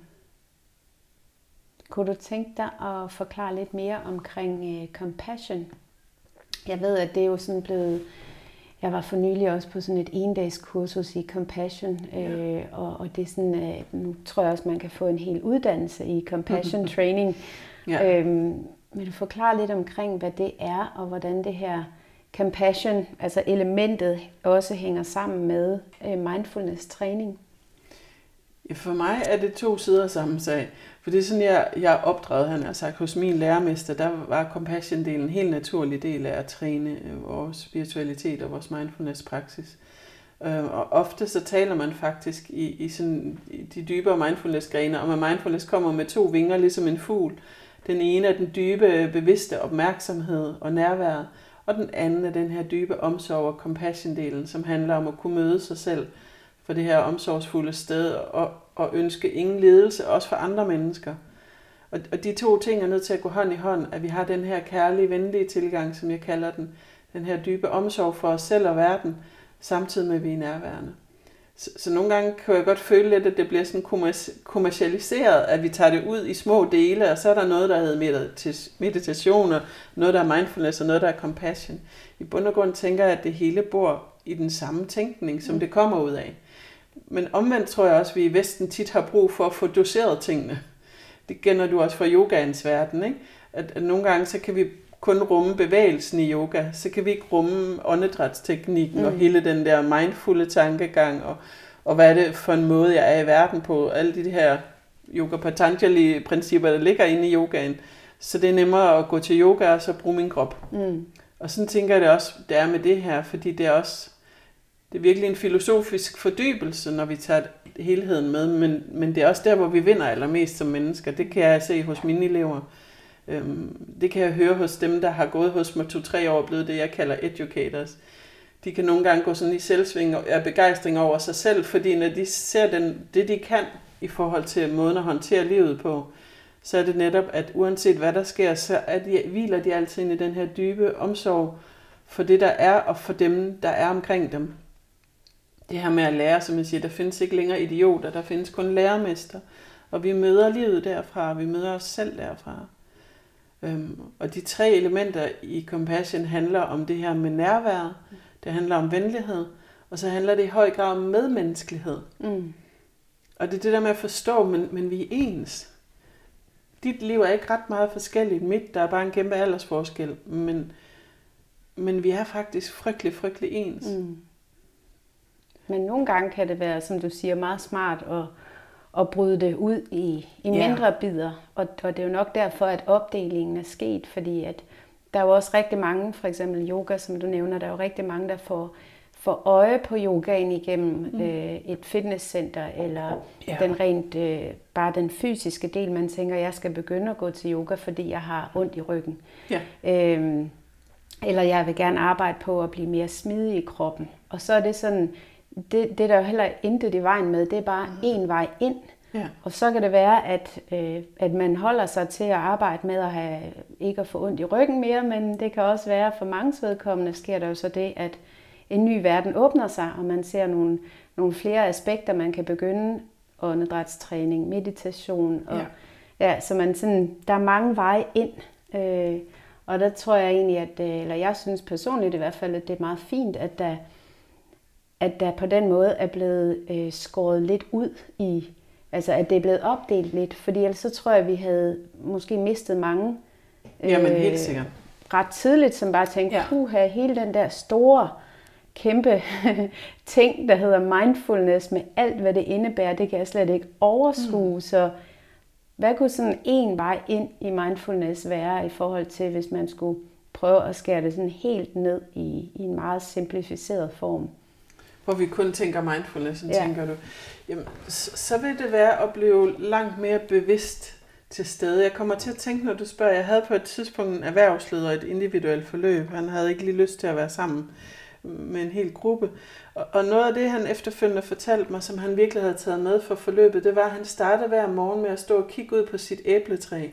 Kunne du tænke dig at forklare lidt mere omkring uh, compassion? Jeg ved, at det er jo sådan blevet jeg var for nylig også på sådan et en-dags kursus i Compassion, øh, og, og det er sådan, øh, nu tror jeg også, man kan få en hel uddannelse i Compassion Training. Ja. Øhm, vil du forklare lidt omkring, hvad det er, og hvordan det her compassion, altså elementet, også hænger sammen med øh, mindfulness-træning? Ja, for mig er det to sider samme sag. For det er sådan, jeg, jeg er opdraget, han har sagt, hos min lærermester, der var compassion-delen en helt naturlig del af at træne vores spiritualitet og vores mindfulness-praksis. Og ofte så taler man faktisk i, i, sådan, i de dybere mindfulness-grene, om at mindfulness kommer med to vinger, ligesom en fugl. Den ene er den dybe, bevidste opmærksomhed og nærværet, og den anden er den her dybe omsorg og compassion-delen, som handler om at kunne møde sig selv for det her omsorgsfulde sted og, og ønske ingen lidelse, også for andre mennesker. Og, og de to ting er nødt til at gå hånd i hånd, at vi har den her kærlige, venlige tilgang, som jeg kalder den, den her dybe omsorg for os selv og verden, samtidig med at vi er nærværende. Så, så nogle gange kan jeg godt føle lidt, at det bliver sådan kommercialiseret, at vi tager det ud i små dele, og så er der noget, der hedder meditation, og noget, der er mindfulness, og noget, der er compassion. I bund og grund tænker jeg, at det hele bor i den samme tænkning, som det kommer ud af. Men omvendt tror jeg også, at vi i Vesten tit har brug for at få doseret tingene. Det kender du også fra yogaens verden, ikke? At, at nogle gange så kan vi kun rumme bevægelsen i yoga, så kan vi ikke rumme åndedrætsteknikken mm. og hele den der mindfulde tankegang, og, og hvad er det for en måde, jeg er i verden på, alle de her Yoga Patanjali-principper, der ligger inde i yogaen. Så det er nemmere at gå til yoga og så bruge min krop. Mm. Og sådan tænker jeg det også, det er med det her, fordi det er også, det er virkelig en filosofisk fordybelse, når vi tager helheden med, men, men det er også der, hvor vi vinder allermest som mennesker. Det kan jeg se hos mine elever. Det kan jeg høre hos dem, der har gået hos mig to-tre år og blevet det, jeg kalder educators. De kan nogle gange gå sådan i selvsving og er begejstring over sig selv, fordi når de ser den, det, de kan i forhold til måden at håndtere livet på, så er det netop, at uanset hvad der sker, så er de, hviler de altid i den her dybe omsorg for det, der er, og for dem, der er omkring dem. Det her med at lære, som jeg siger, der findes ikke længere idioter, der findes kun lærermester, og vi møder livet derfra, og vi møder os selv derfra. Øhm, og de tre elementer i compassion handler om det her med nærvær, det handler om venlighed, og så handler det i høj grad om medmenneskelighed. Mm. Og det er det der med at forstå, men, men vi er ens. Dit liv er ikke ret meget forskelligt. Mit, der er bare en kæmpe aldersforskel, men, men vi er faktisk frygtelig, frygtelig ens. Mm. Men nogle gange kan det være, som du siger, meget smart at, at bryde det ud i, i mindre yeah. bidder. Og, og det er jo nok derfor, at opdelingen er sket, fordi at der er jo også rigtig mange, for eksempel yoga, som du nævner, der er jo rigtig mange, der får, får øje på yogaen igennem mm. øh, et fitnesscenter, eller yeah. den rent, øh, bare den fysiske del, man tænker, jeg skal begynde at gå til yoga, fordi jeg har ondt i ryggen. Yeah. Øhm, eller jeg vil gerne arbejde på at blive mere smidig i kroppen. Og så er det sådan, det, det er der jo heller intet i vejen med, det er bare én vej ind. Ja. Og så kan det være, at, øh, at man holder sig til at arbejde med at have, ikke at få ondt i ryggen mere, men det kan også være, for mange vedkommende sker der jo så det, at en ny verden åbner sig, og man ser nogle, nogle flere aspekter, man kan begynde, åndedrætstræning, meditation, og, ja. Ja, så man sådan, der er mange veje ind, øh, og der tror jeg egentlig, at, eller jeg synes personligt i hvert fald, at det er meget fint, at der, at der på den måde er blevet øh, skåret lidt ud i, altså at det er blevet opdelt lidt, fordi ellers så tror jeg, at vi havde måske mistet mange øh, Jamen, helt sikkert. ret tidligt, som bare tænkte, ja. puha, hele den der store, kæmpe ting, der hedder mindfulness, med alt, hvad det indebærer, det kan jeg slet ikke overskue. Mm. Så hvad kunne sådan en vej ind i mindfulness være i forhold til, hvis man skulle prøve at skære det sådan helt ned i, i en meget simplificeret form? Hvor vi kun tænker mindfulness, ja. tænker du. Jamen, så, så vil det være at blive langt mere bevidst til stede. Jeg kommer til at tænke, når du spørger, jeg havde på et tidspunkt en erhvervsleder et individuelt forløb. Han havde ikke lige lyst til at være sammen med en hel gruppe. Og, og noget af det, han efterfølgende fortalte mig, som han virkelig havde taget med for forløbet, det var, at han startede hver morgen med at stå og kigge ud på sit æbletræ.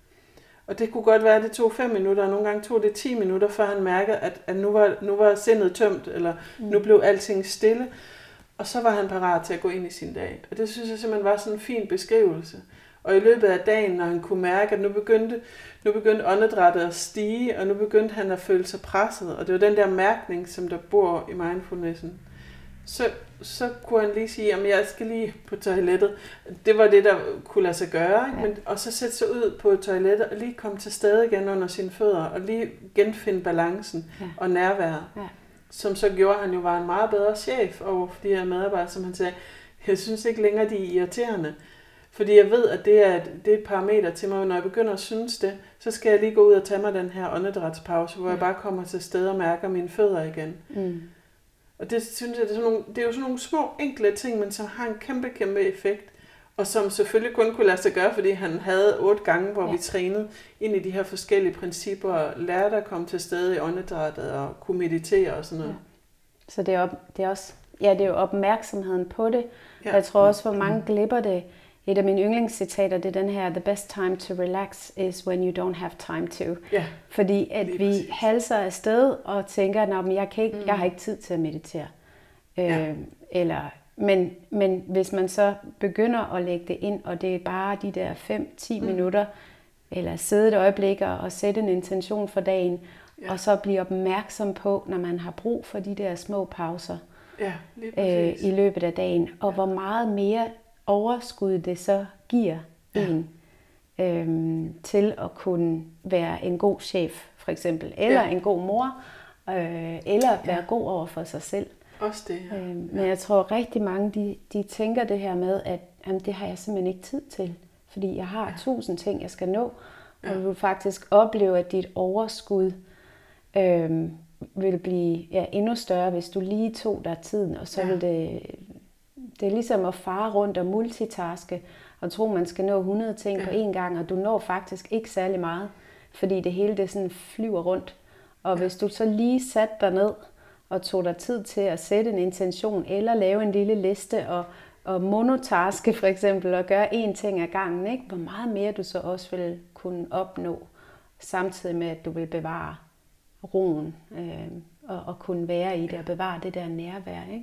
Og det kunne godt være, at det tog fem minutter, og nogle gange tog det ti minutter, før han mærkede, at, at nu, var, nu var sindet tømt, eller mm. nu blev alting stille. Og så var han parat til at gå ind i sin dag. Og det synes jeg simpelthen var sådan en fin beskrivelse. Og Og i løbet af dagen, når han kunne mærke, at nu begyndte, nu begyndte åndedrættet at stige, og nu begyndte han at føle sig presset, og det var den der mærkning, som der bor i mindfulnessen, så, så kunne han lige sige, at jeg skal lige på toilettet. Det var det, der kunne lade sig gøre. Ikke? Men, og så sætte sig ud på toilettet og lige komme til stede igen under sine fødder, og lige genfinde balancen ja. og nærværet. Ja. Som så gjorde, at han jo var en meget bedre chef over for de her medarbejdere, som han sagde, jeg synes ikke længere, de er irriterende. Fordi jeg ved, at det er, et, det er et parameter til mig, når jeg begynder at synes det, så skal jeg lige gå ud og tage mig den her åndedrætspause, hvor ja. jeg bare kommer til stede og mærker mine fødder igen. Mm. Og det synes jeg, det er, sådan nogle, det er jo sådan nogle små, enkle ting, men som har en kæmpe, kæmpe effekt. Og som selvfølgelig kun kunne lade sig gøre, fordi han havde otte gange, hvor ja. vi trænede ind i de her forskellige principper, og lærte at komme til stede i åndedrættet og kunne meditere og sådan noget. Ja. Så det er, op, det er også, ja, det er jo opmærksomheden på det. Ja. Og jeg tror også, for mange glipper det. Et af mine yndlingscitater, det er den her, the best time to relax is when you don't have time to. Ja. Fordi at vi præcis. halser afsted og tænker, at jeg, kan ikke, mm. jeg har ikke tid til at meditere. Ja. Øh, eller, men, men hvis man så begynder at lægge det ind, og det er bare de der fem til ti mm. minutter, eller sidde et øjeblik og sætte en intention for dagen, ja. og så blive opmærksom på, når man har brug for de der små pauser ja, øh, i løbet af dagen, og ja. hvor meget mere overskud det så giver ja. en øhm, til at kunne være en god chef, for eksempel, eller ja. en god mor, øh, eller være ja. god over for sig selv. Også det, ja. øhm, men jeg tror rigtig mange, de, de tænker det her med, at jamen, det har jeg simpelthen ikke tid til, fordi jeg har ja. tusind ting, jeg skal nå, ja. og du vil faktisk opleve, at dit overskud øhm, vil blive ja, endnu større, hvis du lige tog dig tiden, og så ja. vil det... Det er ligesom at fare rundt og multitaske og tro, man skal nå hundrede ting ja. på én gang, og du når faktisk ikke særlig meget, fordi det hele det sådan flyver rundt. Og ja. hvis du så lige satte dig ned og tog dig tid til at sætte en intention, eller lave en lille liste og, og monotaske for eksempel, og gøre én ting ad gangen, ikke? Hvor meget mere du så også vil kunne opnå, samtidig med at du vil bevare roen øh, og, og kunne være i det og bevare det der nærvær, ikke?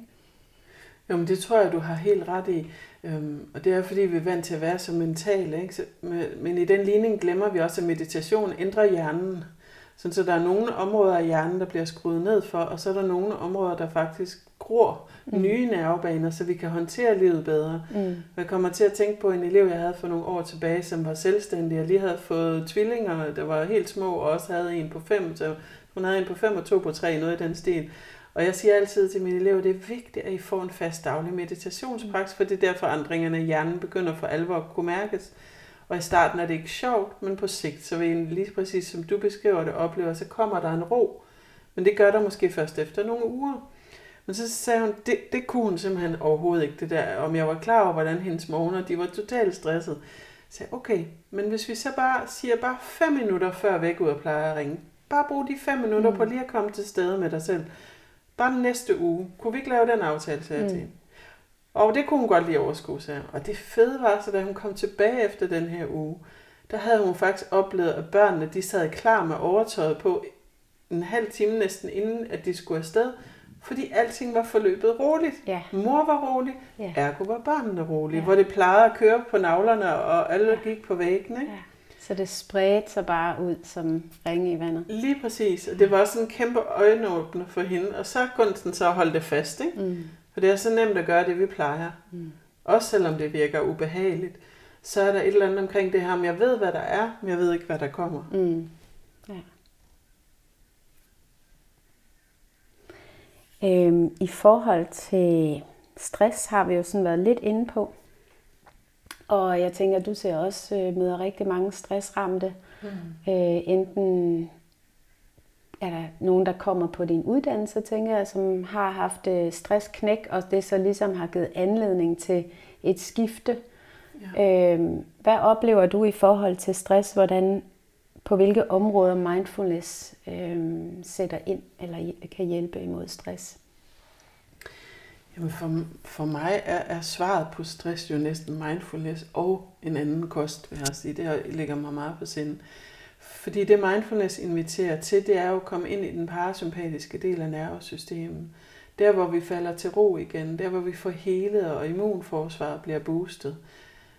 Jamen det tror jeg, du har helt ret i. Øhm, og det er fordi, vi er vant til at være så mentale. Ikke? Så, men i den ligning glemmer vi også, at meditation ændrer hjernen. Sådan, så der er nogle områder af hjernen, der bliver skruet ned for, og så er der nogle områder, der faktisk gror mm. nye nervebaner, så vi kan håndtere livet bedre. Mm. Jeg kommer til at tænke på en elev, jeg havde for nogle år tilbage, som var selvstændig, og lige havde fået tvillinger, der var helt små, og også havde en på fem, så hun havde en på fem og to på tre, noget i den stil. Og jeg siger altid til mine elever, det er vigtigt, at I får en fast daglig meditationspraksis, for det er der forandringerne i hjernen begynder for alvor at kunne mærkes. Og i starten er det ikke sjovt, men på sigt, så vil I lige præcis som du beskriver det, oplever, så kommer der en ro. Men det gør der måske først efter nogle uger. Men så sagde hun, det, det kunne hun simpelthen overhovedet ikke, det der, om jeg var klar over, hvordan hendes morgener, de var totalt stresset. Så sagde okay, men hvis vi så bare siger bare fem minutter før væk ud og plejer at ringe, bare brug de fem minutter mm. på lige at komme til stede med dig selv. Bare den næste uge. Kunne vi ikke lave den aftale, sagde jeg mm. til hende. Og det kunne hun godt lige overskue, sagde hun. Og det fede var så, da hun kom tilbage efter den her uge, der havde hun faktisk oplevet, at børnene, de sad klar med overtøjet på en halv time næsten inden, at de skulle afsted. Fordi alting var forløbet roligt. Ja. Mor var rolig, ja. ergo var børnene rolige. Ja. Hvor det plejede at køre på navlerne, og alle ja. gik på væggene. Ikke? Ja. Så det spredte sig bare ud som ringe i vandet. Lige præcis. Og det var også en kæmpe øjenåbner for hende. Og så kunne den så holde det fast, ikke? Mm. For det er så nemt at gøre det, vi plejer. Mm. Også selvom det virker ubehageligt. Så er der et eller andet omkring det her, om jeg ved, hvad der er, men jeg ved ikke, hvad der kommer. Mm. Ja. Øhm, I forhold til stress har vi jo sådan været lidt inde på. Og jeg tænker, at du ser også øh, møder rigtig mange stressramte. Mm. Øh, enten er der nogen, der kommer på din uddannelse, tænker jeg, som har haft øh, stressknæk, og det så ligesom har givet anledning til et skifte. Ja. Øh, hvad oplever du i forhold til stress? Hvordan, på hvilke områder mindfulness øh, sætter ind, eller kan hjælpe imod stress? Jamen for, for mig er, er svaret på stress jo næsten mindfulness og en anden kost, vil jeg sige. Det ligger mig meget på sinde. Fordi det mindfulness inviterer til, det er jo at komme ind i den parasympatiske del af nervesystemet. Der hvor vi falder til ro igen, der hvor vi får helet og immunforsvaret bliver boostet.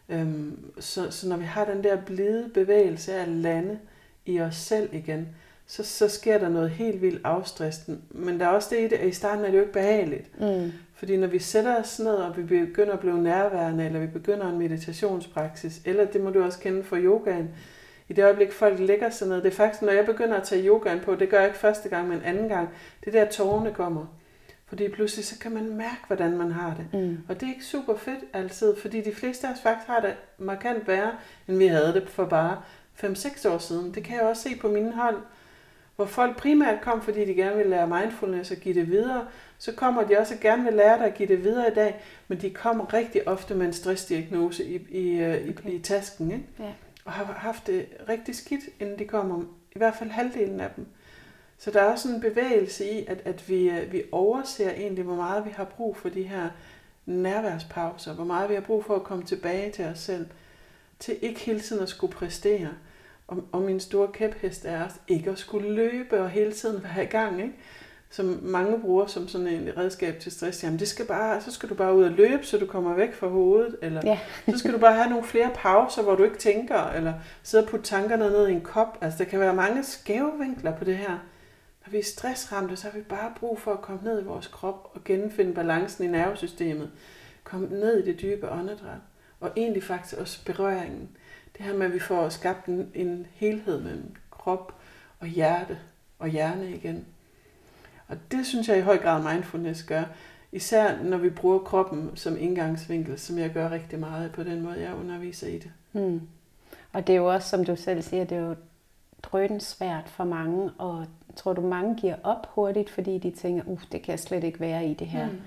Øhm, så, så når vi har den der blide bevægelse af at lande i os selv igen, så, så sker der noget helt vildt afstressende. Men der er også det i det, at i starten er det jo ikke behageligt. Mm. Fordi når vi sætter os ned, og vi begynder at blive nærværende, eller vi begynder en meditationspraksis, eller det må du også kende fra yogaen, i det øjeblik folk lægger sig ned, det er faktisk, når jeg begynder at tage yogaen på, det gør jeg ikke første gang, men anden gang, det der tårerne kommer. Fordi pludselig så kan man mærke, hvordan man har det. Mm. Og det er ikke super fedt altid, fordi de fleste af os faktisk har det markant værre, end vi havde det for bare fem seks år siden. Det kan jeg også se på mine hold, hvor folk primært kom, fordi de gerne vil lære mindfulness og give det videre. Så kommer de også og gerne vil lære dig at give det videre i dag, men de kommer rigtig ofte med en stressdiagnose i, i, i, okay. i tasken, ikke? Ja. Og har haft det rigtig skidt, inden de kommer, i hvert fald halvdelen af dem. Så der er også en bevægelse i, at, at vi, vi overser egentlig, hvor meget vi har brug for de her nærværspauser, hvor meget vi har brug for at komme tilbage til os selv, til ikke hele tiden at skulle præstere. Og, og min store kæphest er også ikke at skulle løbe og hele tiden være i gang, ikke? Som mange bruger som sådan en redskab til stress. Jamen det skal bare, så skal du bare ud og løbe, så du kommer væk fra hovedet, eller ja. Så skal du bare have nogle flere pauser, hvor du ikke tænker, eller sidde og putte tankerne ned i en kop. Altså der kan være mange skæve vinkler på det her. Når vi er stressramte, så har vi bare brug for at komme ned i vores krop og genfinde balancen i nervesystemet. Komme ned i det dybe åndedræt. Og egentlig faktisk også berøringen. Det her med, at vi får skabt en, en helhed mellem krop og hjerte og hjerne igen. Og det synes jeg i høj grad mindfulness gør. Især når vi bruger kroppen som indgangsvinkel, som jeg gør rigtig meget på den måde, jeg underviser i det. Hmm. Og det er jo også, som du selv siger, det er jo drøn svært for mange, og tror du mange giver op hurtigt, fordi de tænker, uh, det kan jeg slet ikke være i det her. Hmm.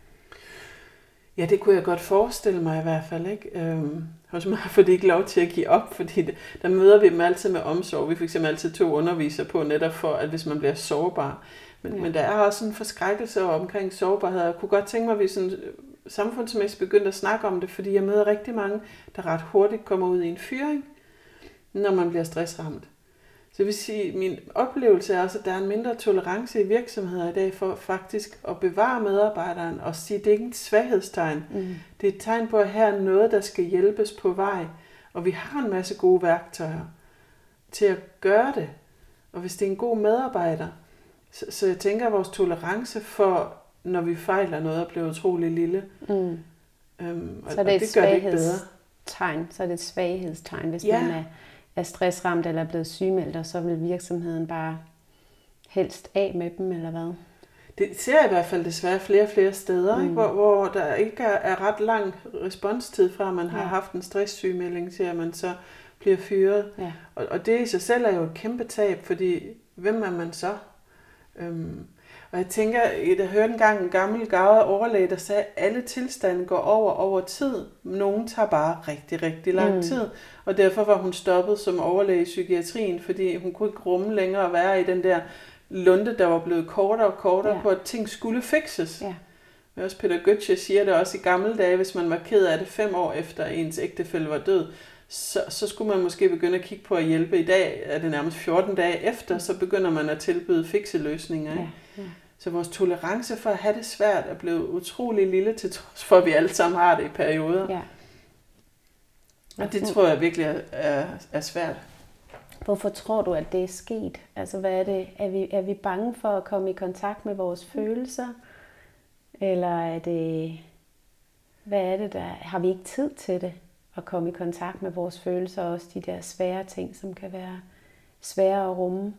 Ja, det kunne jeg godt forestille mig i hvert fald, ikke? Øhm, hos mig får de ikke lov til at give op, fordi det, der møder vi dem altid med omsorg. Vi fik altid to undervisere på, netop for, at hvis man bliver sårbar. Men, ja. men der er også en forskrækkelse omkring sårbarhed. Jeg kunne godt tænke mig, at vi sådan, samfundsmæssigt begyndte at snakke om det, fordi jeg møder rigtig mange, der ret hurtigt kommer ud i en fyring, når man bliver stressramt. Så det vil sige, at min oplevelse er også, at der er en mindre tolerance i virksomheder i dag for faktisk at bevare medarbejderen og sige, at det er ikke et svaghedstegn. Mm. Det er et tegn på, at her er noget, der skal hjælpes på vej. Og vi har en masse gode værktøjer til at gøre det. Og hvis det er en god medarbejder, så, så jeg tænker, at vores tolerance for, når vi fejler noget, er blevet utrolig lille. Mm. Øhm, så og, det er et det gør det ikke bedre. Tegn, så er det et svaghedstegn, hvis ja. man er er stressramt eller er blevet sygemeldt, og så vil virksomheden bare helst af med dem, eller hvad? Det ser jeg i hvert fald desværre flere og flere steder, mm. ikke? Hvor, hvor der ikke er, er ret lang responstid fra, at man har ja. haft en stresssygemelding til, at man så bliver fyret. Ja. Og, og det i sig selv er jo et kæmpe tab, fordi hvem er man så? Øhm, og jeg tænker, jeg hørte engang en gammel gavet overlæge, der sagde, at alle tilstande går over over tid. Nogen tager bare rigtig, rigtig lang mm. tid. Og derfor var hun stoppet som overlæge i psykiatrien, fordi hun kunne ikke rumme længere at være i den der lunde, der var blevet kortere og kortere, ja. på at ting skulle fikses. Ja. Men også Peter Gøtzsche siger det også i gamle dage, hvis man var ked af det fem år efter ens ægtefælle var død, så, så skulle man måske begynde at kigge på at hjælpe. I dag er det nærmest fjorten dage efter, så begynder man at tilbyde fikseløsninger. Ikke? Ja. Ja. Så vores tolerance for at have det svært er blevet utrolig lille, til trods for, at vi alle sammen har det i perioder. Ja. Og det tror jeg virkelig er, er, er svært. Hvorfor tror du, at det er sket? Altså, hvad er det? Er vi, er vi bange for at komme i kontakt med vores følelser? Eller er det... Hvad er det der? Har vi ikke tid til det? At komme i kontakt med vores følelser, og også de der svære ting, som kan være svære at rumme?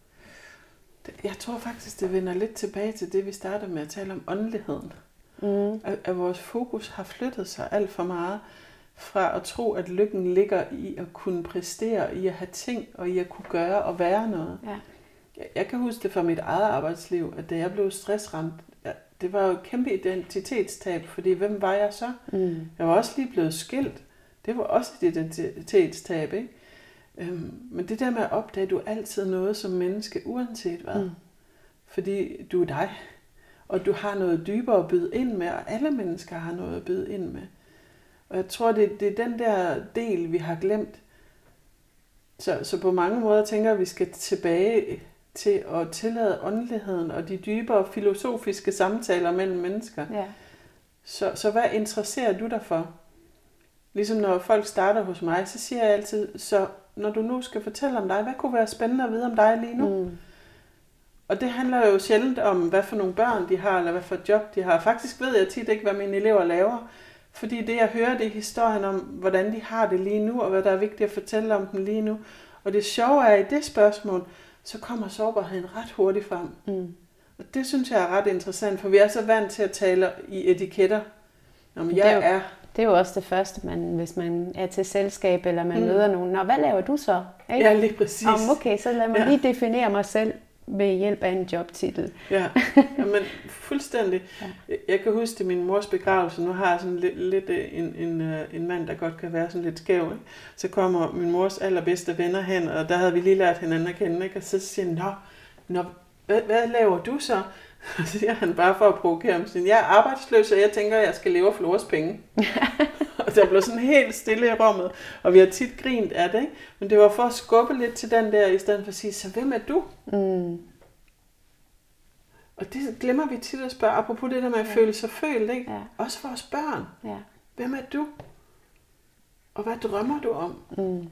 Jeg tror faktisk, det vender lidt tilbage til det, vi startede med at tale om åndeligheden. Mm. At, at vores fokus har flyttet sig alt for meget fra at tro, at lykken ligger i at kunne præstere, i at have ting, og i at kunne gøre og være noget. Ja. Jeg, jeg kan huske det fra mit eget arbejdsliv, at da jeg blev stressramt, det var jo et kæmpe identitetstab, fordi hvem var jeg så? Mm. Jeg var også lige blevet skilt. Det var også et identitetstab, ikke? Øhm, men det der med at opdage, at du er altid noget som menneske, uanset hvad. Mm. Fordi du er dig, og du har noget dybere at byde ind med, og alle mennesker har noget at byde ind med. Og jeg tror, det, det er den der del, vi har glemt. Så, så på mange måder tænker jeg, at vi skal tilbage til at tillade åndeligheden og de dybere filosofiske samtaler mellem mennesker. Ja. Så, så hvad interesserer du dig for? Ligesom når folk starter hos mig, så siger jeg altid, så når du nu skal fortælle om dig, hvad kunne være spændende at vide om dig lige nu? Mm. Og det handler jo sjældent om, hvad for nogle børn de har, eller hvad for et job de har. Faktisk ved jeg tit ikke, hvad mine elever laver. Fordi det, jeg hører, det er historien om, hvordan de har det lige nu, og hvad der er vigtigt at fortælle om dem lige nu. Og det sjove er, i det spørgsmål, så kommer sårbarheden ret hurtigt frem. Mm. Og det synes jeg er ret interessant, for vi er så vant til at tale i etiketter. Om jeg det, er jo, er... det er jo også det første, man, hvis man er til selskab, eller man mm. møder nogen. Nå, hvad laver du så? Ikke? Ja, lige præcis. Om, okay, så lad mig ja. lige definere mig selv ved hjælp af en jobtitel. Ja, men fuldstændig. Ja. Jeg kan huske til min mors begravelse, nu har jeg sådan lidt, lidt en, en, en mand, der godt kan være sådan lidt skæv. Ikke? Så kommer min mors allerbedste venner hen, og der havde vi lige lært hinanden at kende, ikke? Og så siger han, nå, nå hvad, hvad laver du så? Og så siger han bare for at provokere ham, siger, jeg er arbejdsløs, og jeg tænker, at jeg skal leve af Floras penge. Og der blev sådan helt stille i rummet, og vi har tit grint af det, ikke? Men det var for at skubbe lidt til den der, i stedet for at sige, så hvem er du? Mm. Og det glemmer vi tit at spørge, apropos det der med at ja. føle sig følt, ikke? Ja. Også for vores børn. Ja. Hvem er du? Og hvad drømmer du om? Mm.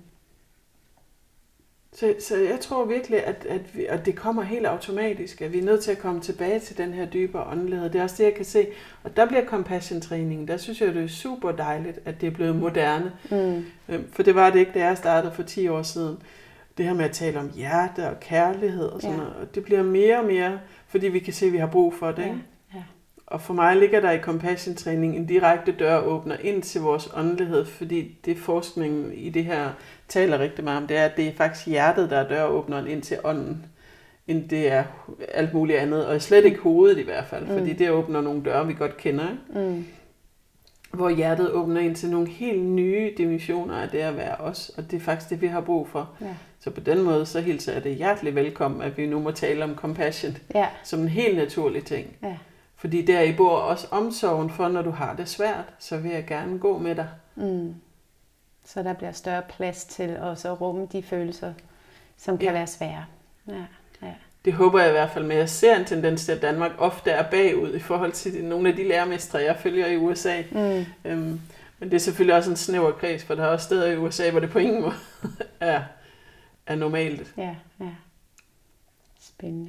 Så, så jeg tror virkelig, at, at, vi, at det kommer helt automatisk, at vi er nødt til at komme tilbage til den her dybere åndelighed. Det er også det, jeg kan se. Og der bliver compassion-træningen, der synes jeg, det er super dejligt, at det er blevet moderne. Mm. For det var det ikke, da jeg startede for ti år siden. Det her med at tale om hjerte og kærlighed og sådan ja. noget. Og det bliver mere og mere, fordi vi kan se, at vi har brug for det. Ja. Ja. Og for mig ligger der i compassion-træning en direkte døråbner ind til vores åndelighed, fordi det forskningen i det her taler rigtig meget om, det er, at det er faktisk hjertet, der er døråbneren ind til ånden, end det er alt muligt andet, og slet ikke hovedet i hvert fald, fordi mm. det åbner nogle døre, vi godt kender, mm. hvor hjertet åbner ind til nogle helt nye dimensioner af det at være os, og det er faktisk det, vi har brug for. Ja. Så på den måde, så hilser jeg det hjertelig velkommen, at vi nu må tale om compassion, ja. som en helt naturlig ting. Ja. Fordi der i bor også omsorgen for, når du har det svært, så vil jeg gerne gå med dig. Mm. Så der bliver større plads til også at rumme de følelser, som kan ja. være svære. Ja. Ja. Det håber jeg i hvert fald med. Jeg ser en tendens til, at Danmark ofte er bagud i forhold til nogle af de lærermestre, jeg følger i U S A. Mm. Øhm, men det er selvfølgelig også en snæver kreds, for der er også steder i U S A, hvor det på ingen måde er, er normalt. Ja, ja. Spændende.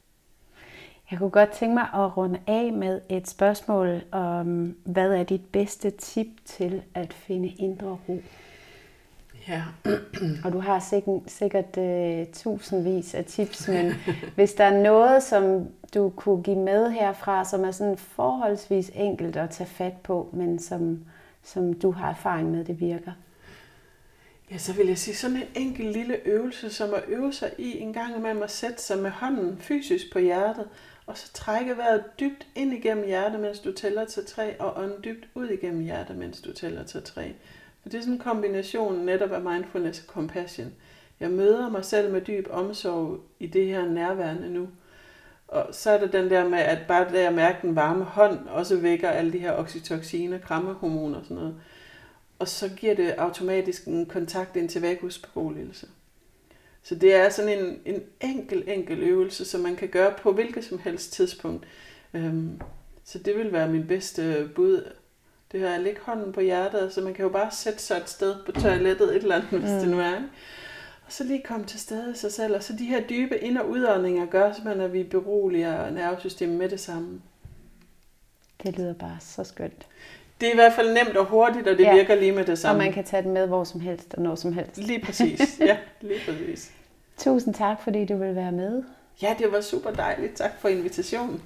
Jeg kunne godt tænke mig at runde af med et spørgsmål om, hvad er dit bedste tip til at finde indre ro? Ja. Og du har sikkert, sikkert uh, tusindvis af tips, men hvis der er noget, som du kunne give med herfra, som er sådan forholdsvis enkelt at tage fat på, men som, som du har erfaring med, det virker. Ja, så vil jeg sige sådan en enkelt lille øvelse, som at øve sig i en gang imellem at sætte sig med hånden fysisk på hjertet, og så trække vejret dybt ind igennem hjertet, mens du tæller til tre, og ånden dybt ud igennem hjertet, mens du tæller til tre. For det er sådan en kombination netop af mindfulness og compassion. Jeg møder mig selv med dyb omsorg i det her nærværende nu. Og så er der den der med, at bare det at mærke den varme hånd, også vækker alle de her oxytociner, krammehormoner og sådan noget. Og så giver det automatisk en kontakt ind til væghusberoligelse. Så det er sådan en, en enkel, enkel øvelse, som man kan gøre på hvilket som helst tidspunkt. Øhm, så det vil være min bedste bud. Det her at lægge hånden på hjertet, så man kan jo bare sætte sig et sted på toilettet, et eller andet, hvis mm. det nu er. Og så lige komme til stede i sig selv. Og så de her dybe ind- og udåndinger gør simpelthen, at vi beroliger nervesystemet med det samme. Det lyder bare så skønt. Det er i hvert fald nemt og hurtigt, og det ja. virker lige med det samme. Og man kan tage den med hvor som helst og når som helst. Lige præcis, ja, lige præcis. Tusind tak, fordi du vil være med. Ja, det var super dejligt. Tak for invitationen.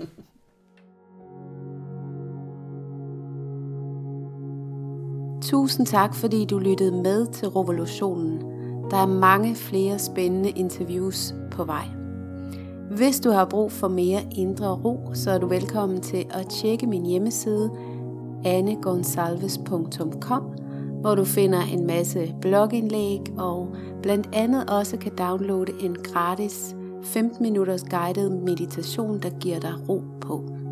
Tusind tak, fordi du lyttede med til Revolutionen. Der er mange flere spændende interviews på vej. Hvis du har brug for mere indre ro, så er du velkommen til at tjekke min hjemmeside anne gonsalves punktum com, hvor du finder en masse blogindlæg og blandt andet også kan downloade en gratis femten minutters guided meditation, der giver dig ro på.